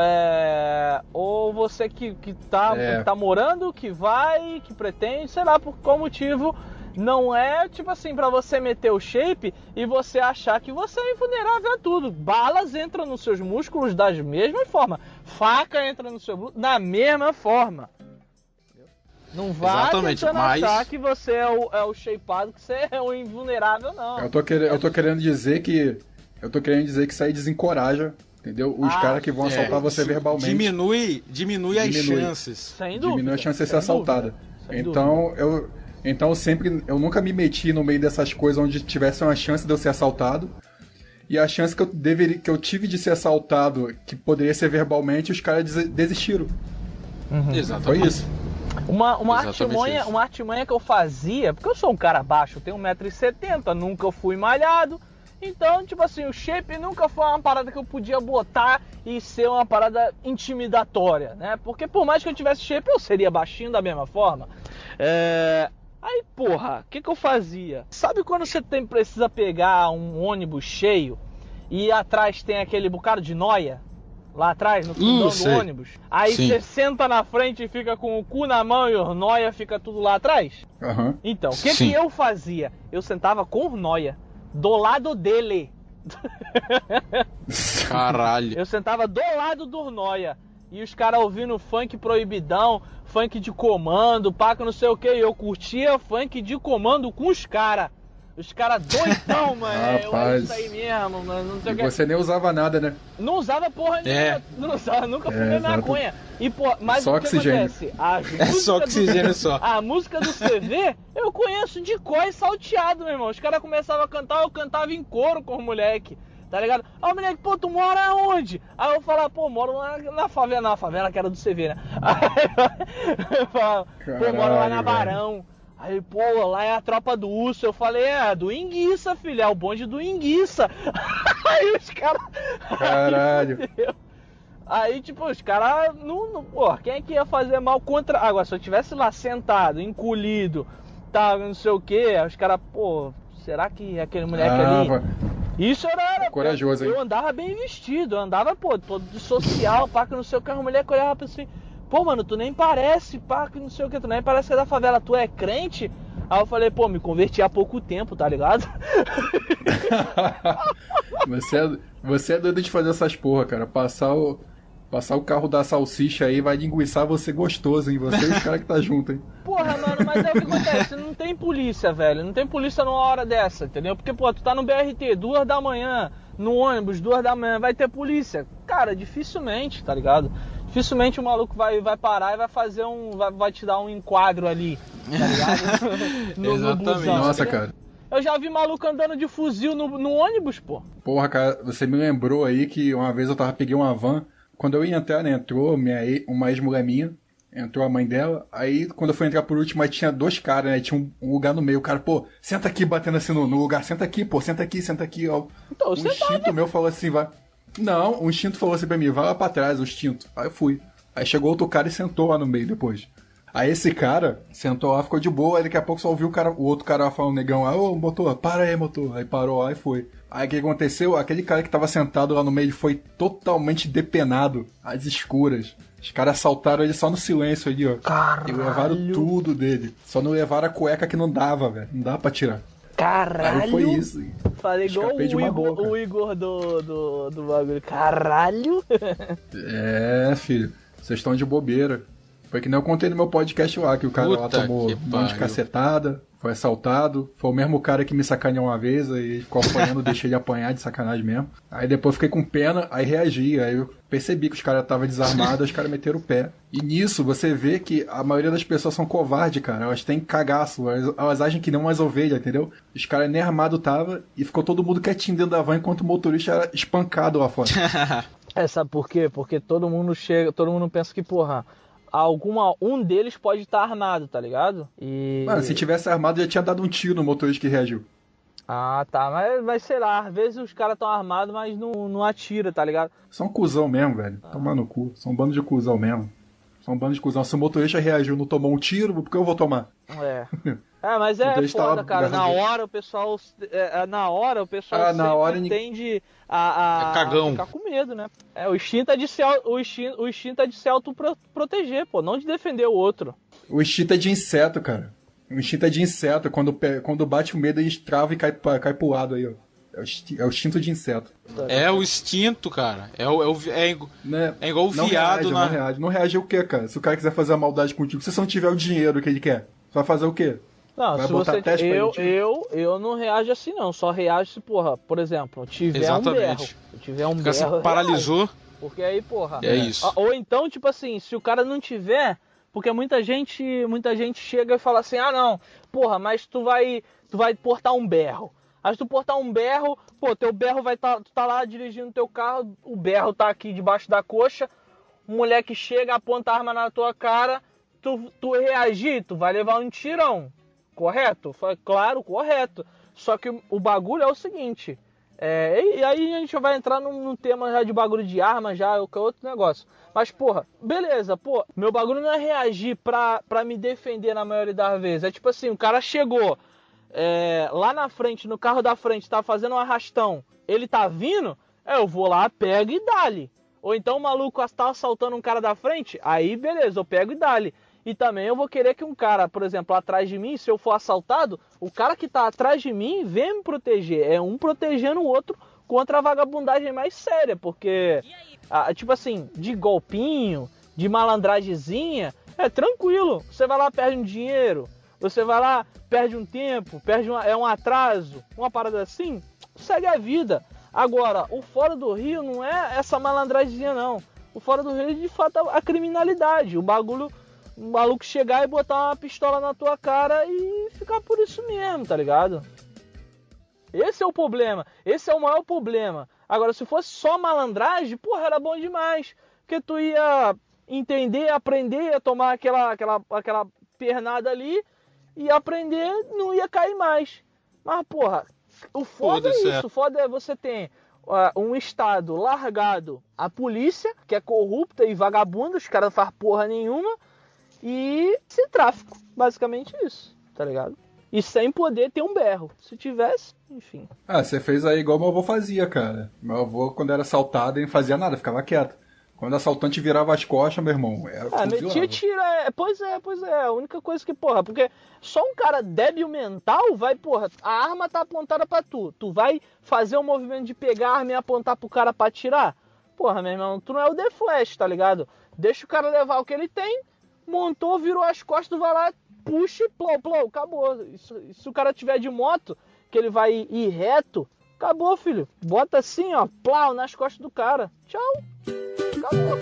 é, ou você que, que, tá, é. que tá morando, que vai, que pretende, sei lá por qual motivo. Não é tipo assim pra você meter o shape e você achar que você é invulnerável a tudo. Balas entram nos seus músculos da mesma forma. Faca entra no seu músculo da mesma forma. Não vá tentando mas... achar que você é o, é o shapeado, que você é o invulnerável, não. Eu tô, quer... eu tô querendo dizer que. Eu tô querendo dizer que isso aí desencoraja, entendeu? Os ah, caras que vão assaltar é, você verbalmente. Diminui, diminui as diminui. chances. Sem dúvida. Diminui as chances de ser assaltada. Então, eu. Então eu sempre. Eu nunca me meti no meio dessas coisas onde tivesse uma chance de eu ser assaltado. E a chance que eu, deveria, que eu tive de ser assaltado, que poderia ser verbalmente, os caras desistiram. Uhum. Exatamente. Foi isso. Uma, uma, artimanha, uma artimanha que eu fazia, porque eu sou um cara baixo, eu tenho um metro e setenta, nunca fui malhado. Então, tipo assim, o shape nunca foi uma parada que eu podia botar e ser uma parada intimidatória, né? Porque por mais que eu tivesse shape, eu seria baixinho da mesma forma. É... Aí, porra, o que que eu fazia? Sabe quando você tem, precisa pegar um ônibus cheio e atrás tem aquele bocado de noia? Lá atrás, no fundão uh, do ônibus. Aí Sim. você senta na frente e fica com o cu na mão e o noia fica tudo lá atrás? Uhum. Então, o que que eu fazia? Eu sentava com o noia, do lado dele. Caralho. Eu sentava do lado do noia. E os caras ouvindo funk proibidão, funk de comando, paca não sei o que. E eu curtia funk de comando com os caras. Os caras doidão, mano. Rapaz. É isso aí mesmo, mano. Não sei e o que. Você nem usava nada, né? Não usava porra nenhuma. É. Não usava, nunca fumei é, maconha. E, pô, mas só o que oxigênio. acontece? A é só oxigênio do, só. A música do C V, eu conheço de cor e salteado, meu irmão. Os caras começavam a cantar, eu cantava em coro com os moleque. Tá ligado? Ó, moleque, pô, tu mora onde? Aí eu falava, pô, moro lá na favela, na favela que era do C V, né? Aí eu falava, pô, moro lá na Barão. Aí, pô, lá é a tropa do urso. Eu falei, é, do Enguiça, filho, é o bonde do Enguiça. Aí os caras... Caralho. Aí, aí, tipo, os caras, não, não, pô, quem é que ia fazer mal contra... Agora, se eu tivesse lá sentado, encolhido, tá, não sei o quê, os caras, pô, será que aquele moleque ah, ali... Vai. Isso era, era é corajoso, eu, hein? Eu andava bem vestido, eu andava, pô, todo de social, pá, que não sei o que, a mulher que olhava pra assim, pô, mano, tu nem parece, pá, que não sei o que, tu nem parece que é da favela, tu é crente? Aí eu falei, pô, me converti há pouco tempo, tá ligado? você, é, você é doido de fazer essas porra, cara, passar o... Passar o carro da salsicha aí vai linguiçar você gostoso, hein? Você e os caras que tá junto, hein? Porra, mano, mas é o que acontece, não tem polícia, velho. Não tem polícia numa hora dessa, entendeu? Porque, pô, tu tá no B R T, duas da manhã, no ônibus, duas da manhã, vai ter polícia. Cara, dificilmente, tá ligado? Dificilmente o maluco vai, vai parar e vai fazer um... Vai, vai te dar um enquadro ali, tá ligado? no, Exatamente. No busão, Nossa, tá cara. Eu já vi maluco andando de fuzil no, no ônibus, pô. Porra, cara, você me lembrou aí que uma vez eu tava, peguei uma van... Quando eu ia entrar, né, entrou minha, uma ex-mulher minha, entrou a mãe dela, aí quando eu fui entrar por último, aí tinha dois caras, né, tinha um, um lugar no meio, o cara, pô, senta aqui, batendo assim no, no lugar, senta aqui, pô, senta aqui, senta aqui, ó. Então, um instinto tá, né? meu falou assim, vai... Não, o instinto falou assim pra mim, vai lá pra trás, o instinto. Aí eu fui. Aí chegou outro cara e sentou lá no meio depois. Aí esse cara sentou lá, ficou de boa, aí daqui a pouco só ouviu o, cara, o outro cara falando, negão lá, ô motor, para aí, motor. Aí parou lá e foi. Aí o que aconteceu? Aquele cara que tava sentado lá no meio foi totalmente depenado, às escuras. Os caras assaltaram ele só no silêncio ali, ó. Caralho. E levaram tudo dele. Só não levaram a cueca que não dava, velho. Não dá pra tirar. Caralho. Aí foi isso. Falei igual o Igor, o Igor do, do, do bagulho. Caralho. É, filho. Vocês estão de bobeira. Foi que nem eu contei no meu podcast lá, que o cara Puta lá tomou um monte de cacetada, foi assaltado. Foi o mesmo cara que me sacaneou uma vez, aí ele ficou apanhando, deixei ele apanhar de sacanagem mesmo. Aí depois fiquei com pena, aí reagi. Aí eu percebi que os caras estavam desarmados, os caras meteram o pé. E nisso você vê que a maioria das pessoas são covardes, cara. Elas têm cagaço, elas, elas agem que nem umas ovelhas, entendeu? Os caras nem armados tava e ficou todo mundo quietinho dentro da van enquanto o motorista era espancado lá fora. É, sabe por quê? Porque todo mundo chega, todo mundo pensa que, porra, alguma, um deles pode estar armado, tá ligado? E... Mano, se tivesse armado, já tinha dado um tiro no motorista que reagiu. Ah, tá, mas, mas sei lá, às vezes os caras estão armados, mas não, não atira, tá ligado? São um cuzão mesmo, velho. Ah. Tomando no cu. São um bando de cuzão mesmo. São um bando de cuzão. Se o motorista reagiu e não tomou um tiro, por que eu vou tomar? É. É, mas é foda, cara. Na hora o pessoal. É, na hora o pessoal ah, na hora tende a, a, é cagão. a ficar com medo, né? É, o instinto é de se, o instinto, o instinto é de se autoproteger, pô, não de defender o outro. O instinto é de inseto, cara. O instinto é de inseto. Quando, quando bate o medo, ele trava e cai, cai pro lado aí, ó. É o instinto de inseto. É o instinto, cara. É, o, é, o, é, né? É igual o não viado reage, na... Não reage. Não reage o quê, cara? Se o cara quiser fazer a maldade contigo, se você não tiver o dinheiro que ele quer, você vai fazer o quê? Não, vai se botar você... teste eu, pra ele, eu, eu não reajo assim, não. Só reajo se, porra, por exemplo, tiver Exatamente. um berro. Se tiver um Fica berro, assim, paralisou. reajo. Porque aí, porra... É isso. Ou então, tipo assim, se o cara não tiver... Porque muita gente, muita gente chega e fala assim, ah, não, porra, mas tu vai, tu vai portar um berro. Aí se tu portar um berro, pô, teu berro vai tá, tu tá lá dirigindo teu carro, o berro tá aqui debaixo da coxa, o moleque chega, aponta a arma na tua cara, tu, tu reagir, tu vai levar um tirão, correto? Foi claro, correto. Só que o, o bagulho é o seguinte, é, e, e aí a gente vai entrar num, num tema já de bagulho de arma, já, que é outro negócio. Mas, porra, beleza, pô, meu bagulho não é reagir pra, pra me defender na maioria das vezes. É tipo assim, o cara chegou é, lá na frente, no carro da frente, tá fazendo um arrastão, ele tá vindo, é, eu vou lá, pego e dá-lhe. Ou então o maluco tá assaltando um cara da frente, aí beleza, eu pego e dá-lhe. E também eu vou querer que um cara, por exemplo, atrás de mim, se eu for assaltado, o cara que tá atrás de mim vem me proteger. É um protegendo o outro contra a vagabundagem mais séria, porque... Ah, tipo assim, de golpinho, de malandragemzinha, é tranquilo. Você vai lá, perde um dinheiro, você vai lá, perde um tempo, perde uma, é um atraso, uma parada assim, segue a vida. Agora, o fora do Rio não é essa malandragemzinha, não. O fora do Rio é de fato a criminalidade. O bagulho, o maluco chegar e botar uma pistola na tua cara e ficar por isso mesmo, tá ligado? Esse é o problema, esse é o maior problema. Agora, se fosse só malandragem, porra, era bom demais. Porque tu ia entender, aprender, ia tomar aquela, aquela, aquela pernada ali e aprender, não ia cair mais. Mas, porra, o foda é isso. O foda é você ter uh, um estado largado a polícia, que é corrupta e vagabunda, os caras não fazem porra nenhuma, e sem tráfico. Basicamente isso, tá ligado? E sem poder ter um berro. Se tivesse, enfim. Ah, você fez aí igual meu avô fazia, cara. Meu avô, quando era assaltado, ele não fazia nada, ficava quieto. Quando o assaltante virava as costas, meu irmão, era Ah, metia tira, é, pois é, pois é. A única coisa que, porra, porque só um cara débil mental vai, porra, a arma tá apontada pra tu. Tu vai fazer o um movimento de pegar a arma e apontar pro cara pra atirar? Porra, meu irmão, tu não é o The Flash, tá ligado? Deixa o cara levar o que ele tem, montou, virou as costas, tu vai lá, puxa e plou, plou, acabou. Isso, se o cara tiver de moto, que ele vai ir reto, acabou, filho. Bota assim, ó, plau, nas costas do cara. Tchau. Acabou.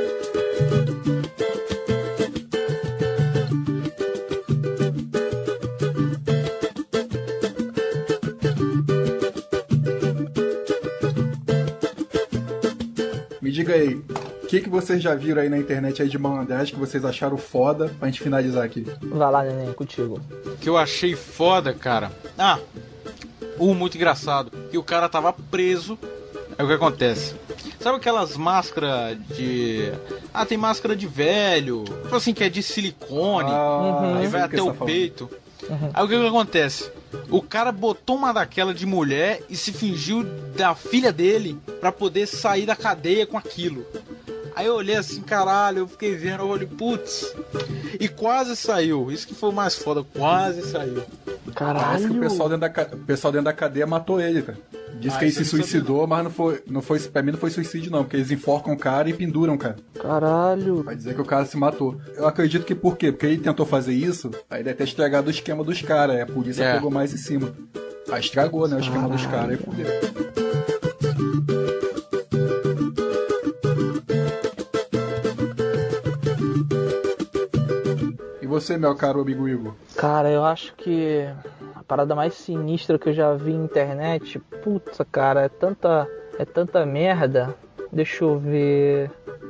Me diga aí, o que, que vocês já viram aí na internet aí de malandragem que vocês acharam foda pra gente finalizar aqui? Vai lá, neném, contigo. O que eu achei foda, cara... Ah, um muito engraçado, que o cara tava preso. Aí o que acontece? Sabe aquelas máscaras de... Ah, tem máscara de velho, tipo assim, que é de silicone, Ah, aí sei vai o que até você o tá falando. peito. Aí o que que acontece? O cara botou uma daquela de mulher e se fingiu da filha dele pra poder sair da cadeia com aquilo. Aí eu olhei assim, caralho, eu fiquei vendo, eu olhei, putz, e quase saiu. Isso que foi o mais foda, quase saiu. Parece que o pessoal dentro da, ca- o pessoal dentro da cadeia matou ele, cara. Diz Ah, que ele isso se eu não sabia, suicidou, mas não foi, não foi, pra mim não foi suicídio não, porque eles enforcam o cara e penduram o cara. Caralho. Vai dizer que o cara se matou. Eu acredito que por quê? Porque ele tentou fazer isso, aí deve ter estragado o esquema dos caras, a polícia É. pegou mais em cima. Aí estragou, né, o esquema dos caras, aí fudeu. E você, meu caro amigo Igor? Cara, eu acho que a parada mais sinistra que eu já vi na internet, putz, cara, é tanta, é tanta merda. Deixa eu ver.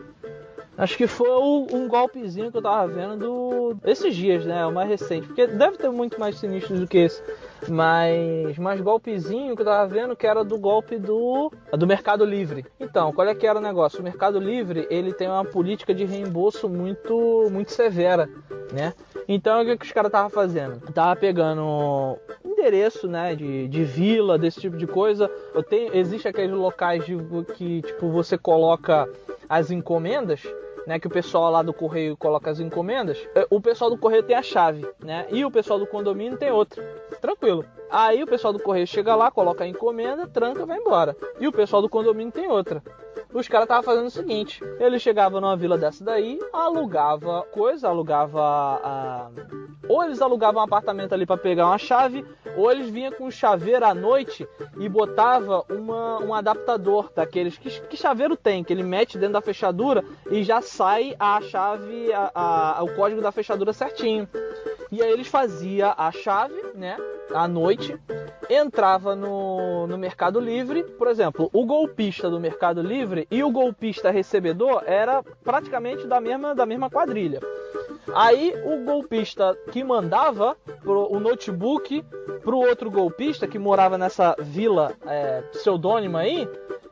Acho que foi o- um golpezinho que eu tava vendo do... esses dias, né? O mais recente. Porque deve ter muito mais sinistros do que esse. Mas, mas golpezinho que eu tava vendo que era do golpe do, do Mercado Livre. Então, qual é que era o negócio? O Mercado Livre, ele tem uma política de reembolso muito, muito severa, né? Então, o que, que os caras estavam fazendo? Tava pegando endereço, né, de, de vila, desse tipo de coisa. Eu tenho, existe aqueles locais de, que, tipo, você coloca as encomendas, né, que o pessoal lá do correio coloca as encomendas. O pessoal do correio tem a chave, né, e o pessoal do condomínio tem outra. Tranquilo. Aí o pessoal do correio chega lá, coloca a encomenda, tranca, vai embora. E o pessoal do condomínio tem outra. Os caras estavam fazendo o seguinte: ele chegava numa vila dessa daí, alugava coisa, alugava a... ou eles alugavam um apartamento ali para pegar uma chave, ou eles vinham com um chaveiro à noite e botava uma, um adaptador daqueles que, que chaveiro tem, que ele mete dentro da fechadura e já sai a chave, a, a, o código da fechadura certinho. E aí eles faziam a chave, né, à noite, entrava no, no Mercado Livre. Por exemplo, o golpista do Mercado Livre e o golpista recebedor era praticamente da mesma, da mesma quadrilha. Aí o golpista que mandava pro, o notebook pro outro golpista que morava nessa vila é, pseudônima aí,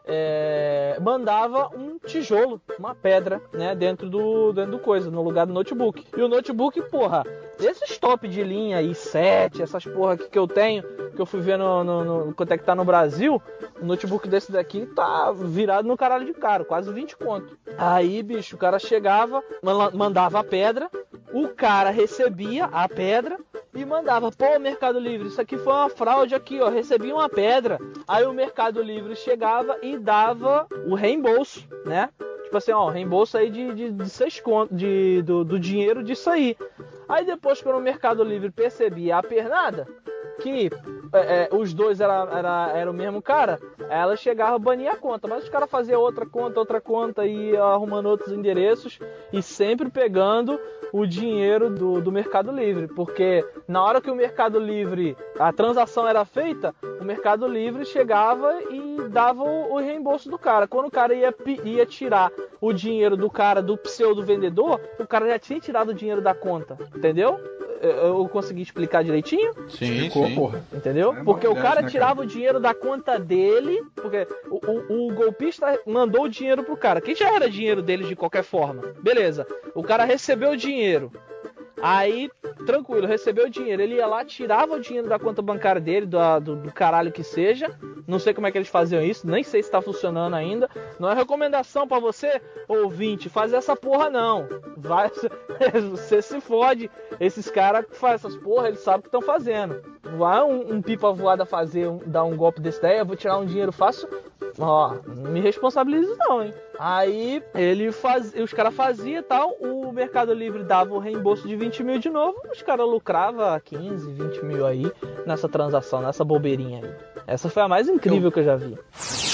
é, mandava um tijolo, uma pedra, né, dentro do, dentro do coisa, no lugar do notebook. E o notebook, porra, esses top de linha i sete, essas porra aqui que eu tenho, que eu fui ver no, no, no quanto é que tá no Brasil, um notebook desse daqui tá virado no caralho de caro, quase vinte conto. Aí, bicho, o cara chegava, mandava a pedra, o cara recebia a pedra e mandava: pô, Mercado Livre, isso aqui foi uma fraude aqui, ó, recebi uma pedra. Aí o Mercado Livre chegava e dava o reembolso, né? Tipo assim, ó, reembolso aí de, de, de seis contos, de, do, do dinheiro disso aí. Aí depois, quando o Mercado Livre percebia a pernada, que é, é, os dois era, era, era o mesmo cara, ela chegava a banir a conta. Mas os caras faziam outra conta, outra conta, e arrumando outros endereços e sempre pegando o dinheiro do, do Mercado Livre. Porque na hora que o Mercado Livre, a transação era feita, o Mercado Livre chegava e dava o, o reembolso do cara. Quando o cara ia, ia tirar o dinheiro do cara, do pseudo vendedor, o cara já tinha tirado o dinheiro da conta, entendeu? Eu consegui explicar direitinho? Sim, Ficou, sim. porra. Entendeu? É Porque o verdade, cara né, tirava cara? o dinheiro da conta dele, porque o, o, o golpista mandou o dinheiro pro cara, que já era dinheiro dele de qualquer forma. Beleza. O cara recebeu o dinheiro. Aí, tranquilo, recebeu o dinheiro. Ele ia lá, tirava o dinheiro da conta bancária dele, do, do, do caralho que seja. Não sei como é que eles faziam isso, nem sei se tá funcionando ainda. Não é recomendação pra você, ouvinte, fazer essa porra não. Vai, você se fode. Esses caras que fazem essas porra, eles sabem o que estão fazendo. Vai um, um pipa voada fazer, um, dar um golpe desse daí, eu vou tirar um dinheiro fácil. Ó, não me responsabilizo não, hein. Aí ele faz, os caras faziam e tal, o Mercado Livre dava o reembolso de vinte mil de novo, os caras lucravam quinze, vinte mil aí nessa transação, nessa bobeirinha aí. Essa foi a mais incrível eu... que eu já vi.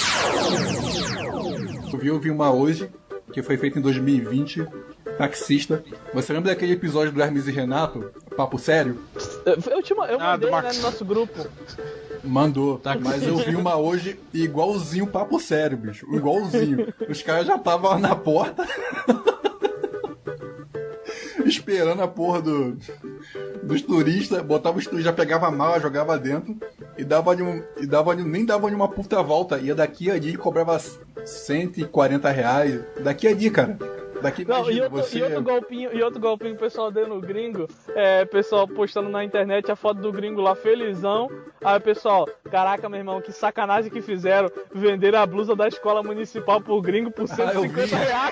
Eu vi, eu vi uma hoje, que foi feita em dois mil e vinte, taxista. Você lembra daquele episódio do Hermes e Renato, Papo Sério? Eu, eu, te, eu Ah, mandei, do né, Max. no nosso grupo. Mandou, Tá. mas eu vi uma hoje igualzinho Papo Sério, bicho. Igualzinho. Os caras já estavam lá na porta esperando a porra do, dos turistas, botava os turistas, já pegava a mala, jogava dentro e dava de um, e dava de, nem dava de uma puta volta, ia daqui a ali e cobrava cento e quarenta reais. Daqui a dia, cara. Daqui Não, imagina, e, outro, você... e outro golpinho, e outro golpinho que o pessoal deu no gringo, é, pessoal postando na internet a foto do gringo lá felizão. Aí o pessoal, caraca, meu irmão, que sacanagem que fizeram, vender a blusa da escola municipal pro gringo por cento e cinquenta reais.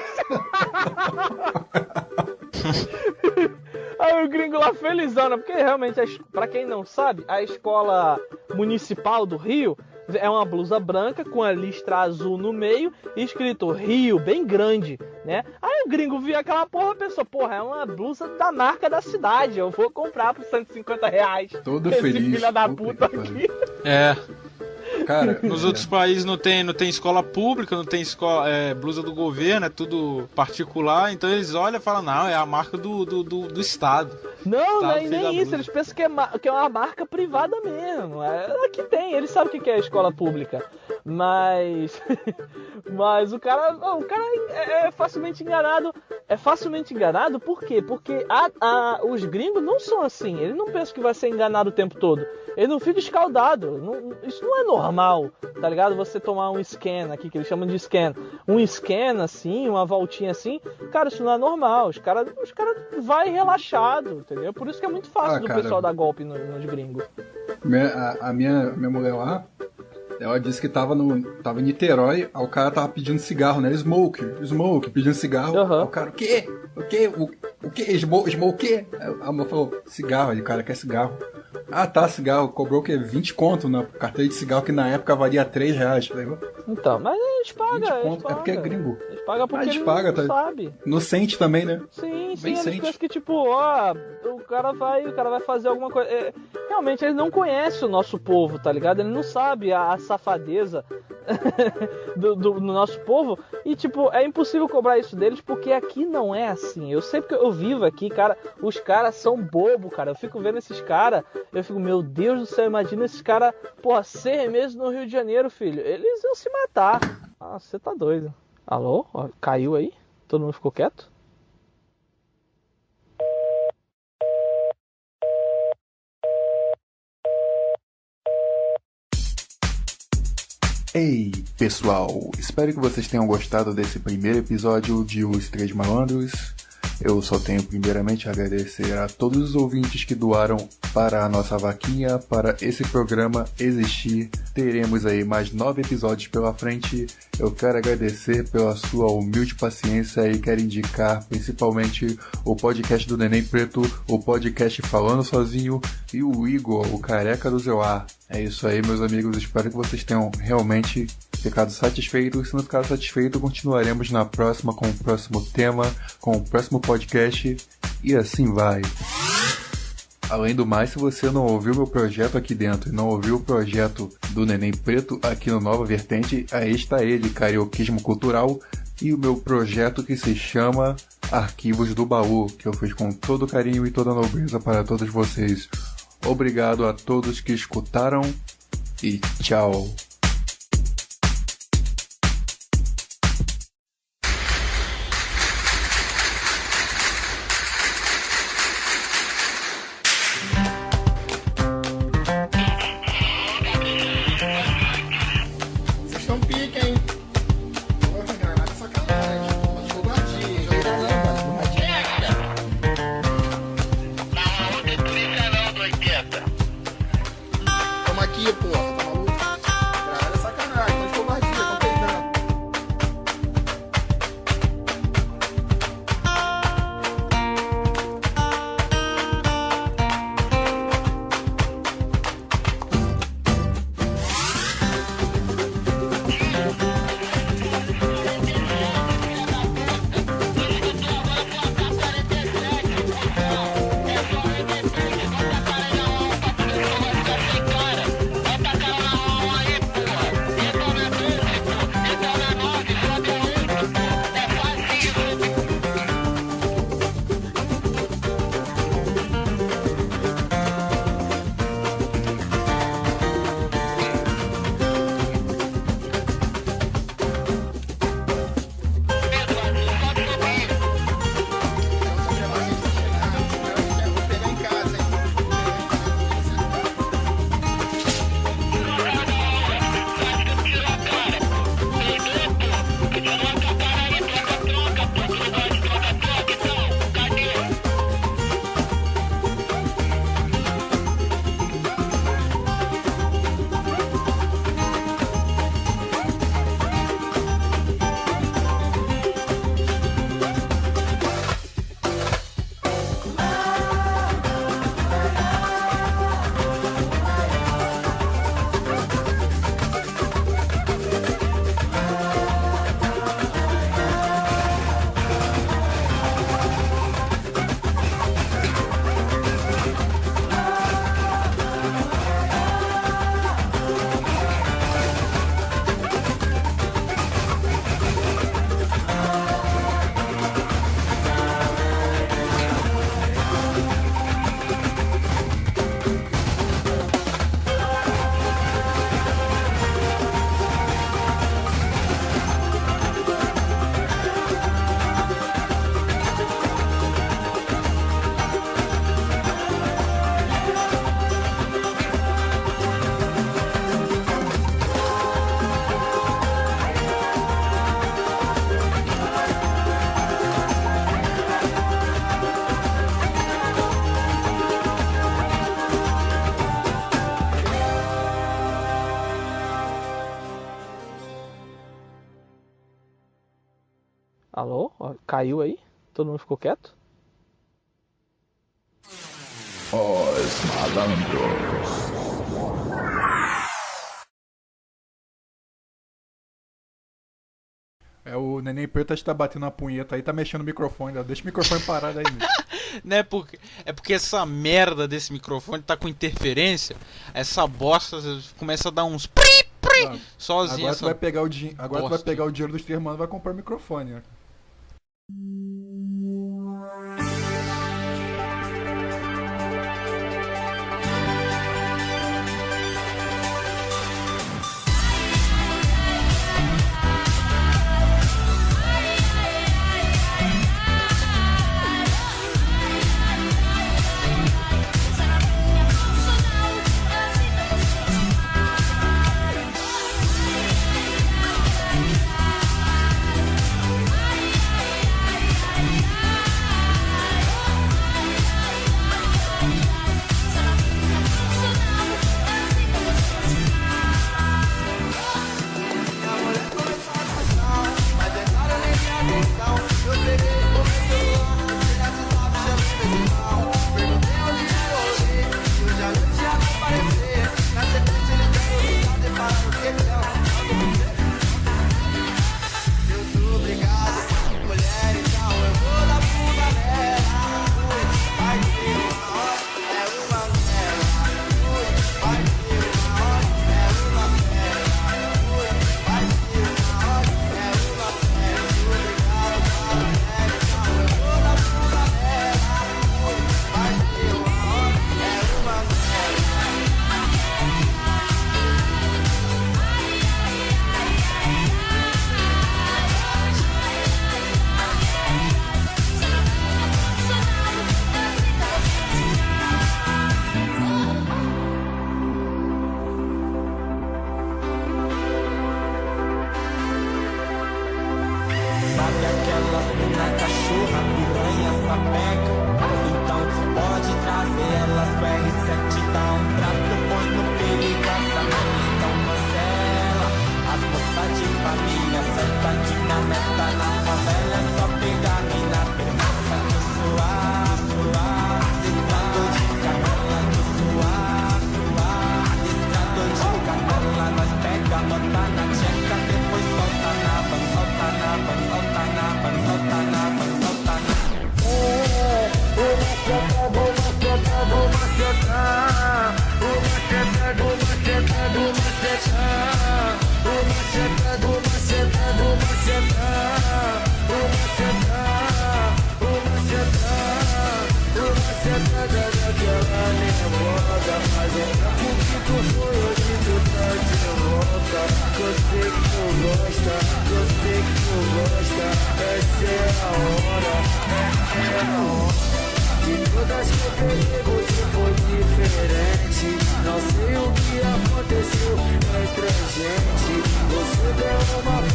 Aí o gringo lá felizão, né? Porque realmente, pra quem não sabe, a escola municipal do Rio é uma blusa branca com a listra azul no meio e escrito Rio, bem grande, né? Aí o gringo viu aquela porra e pensou, porra, é uma blusa da marca da cidade, eu vou comprar por cento e cinquenta reais. Todo Esse feliz. filho da puta aqui. É. Cara, nos é. outros países não tem, não tem escola pública, não tem escola, é, blusa do governo, é tudo particular, então eles olham e falam, não, é a marca do, do, do, do Estado. Não, Estado nem, nem isso, eles pensam que é, que é uma marca privada mesmo. É, aqui tem, eles sabem o que é a escola pública. Mas. Mas o cara. Não, o cara é, é facilmente enganado. É facilmente enganado por quê? Porque a, a, os gringos não são assim. Eles não pensam que vai ser enganado o tempo todo. Ele não fica escaldado. Não, isso não é normal, tá ligado? Você tomar um scan aqui, que eles chamam de scan. Um scan assim, uma voltinha assim. Cara, isso não é normal. Os caras os cara vai relaxado, entendeu? Por isso que é muito fácil ah, do cara, pessoal dar golpe nos, nos gringos. Minha, a, a minha, minha mulher lá, ela disse que tava, no, tava em Niterói, aí o cara tava pedindo cigarro, né? Smoke, smoke, pedindo cigarro. Uhum. Aí o cara, o quê? O quê? O, o quê? Smoke, smoke o quê? Aí a mulher falou, cigarro. Aí o cara quer cigarro. Ah, tá, cigarro. Cobrou o quê? vinte conto na carteira de cigarro, que na época valia três reais. Lembra? Então, mas eles pagam, eles conto, pagam. É porque é gringo. Eles pagam porque ah, eles eles pagam, não tá? sabem. Inocente também, né? Sim, sim, Bem eles sente. pensam que tipo, ó, o cara vai, o cara vai fazer alguma coisa. É, realmente, eles não conhecem o nosso povo, tá ligado? Eles não sabem a, a safadeza do, do, do nosso povo. E tipo, é impossível cobrar isso deles porque aqui não é assim. Eu sei porque eu vivo aqui, cara, os caras são bobo, cara. Eu fico vendo esses caras, eu fico, meu Deus do céu, imagina esses caras, porra, seis meses no Rio de Janeiro, filho. Eles iam se matar. Ah, você tá doido. Alô? Ó, caiu aí? Todo mundo ficou quieto? Ei, pessoal, espero que vocês tenham gostado desse primeiro episódio de Os Três Malandros. Eu só tenho primeiramente a agradecer a todos os ouvintes que doaram para a nossa vaquinha, para esse programa existir. Teremos aí mais nove episódios pela frente. Eu quero agradecer pela sua humilde paciência e quero indicar principalmente o podcast do Neném Preto, o podcast Falando Sozinho e o Igor, o careca do Zeuá. É isso aí, meus amigos. Espero que vocês tenham realmente ficado satisfeitos. Se não ficar satisfeito, continuaremos na próxima com o próximo tema, com o próximo podcast e assim vai. Além do mais, se você não ouviu meu projeto aqui dentro e não ouviu o projeto do Neném Preto aqui no Nova Vertente, aí está ele, Carioquismo Cultural, e o meu projeto que se chama Arquivos do Baú, que eu fiz com todo carinho e toda nobreza para todos vocês. Obrigado a todos que escutaram e tchau. Toma aqui, porra, tá maluco? Alô? Caiu aí? Todo mundo ficou quieto? Os malandros. É, o Neném Preto está batendo a punheta aí, tá mexendo no microfone, ó. Deixa o microfone parado aí, né? Né, porque, é porque essa merda desse microfone tá com interferência. Essa bosta começa a dar uns pri, pri, Ah, sozinho. Agora, tu vai, pegar o din... agora tu vai bosta. pegar o dinheiro dos três manos e vai comprar o microfone, ó. Não sei o que aconteceu entre a gente. Você deu uma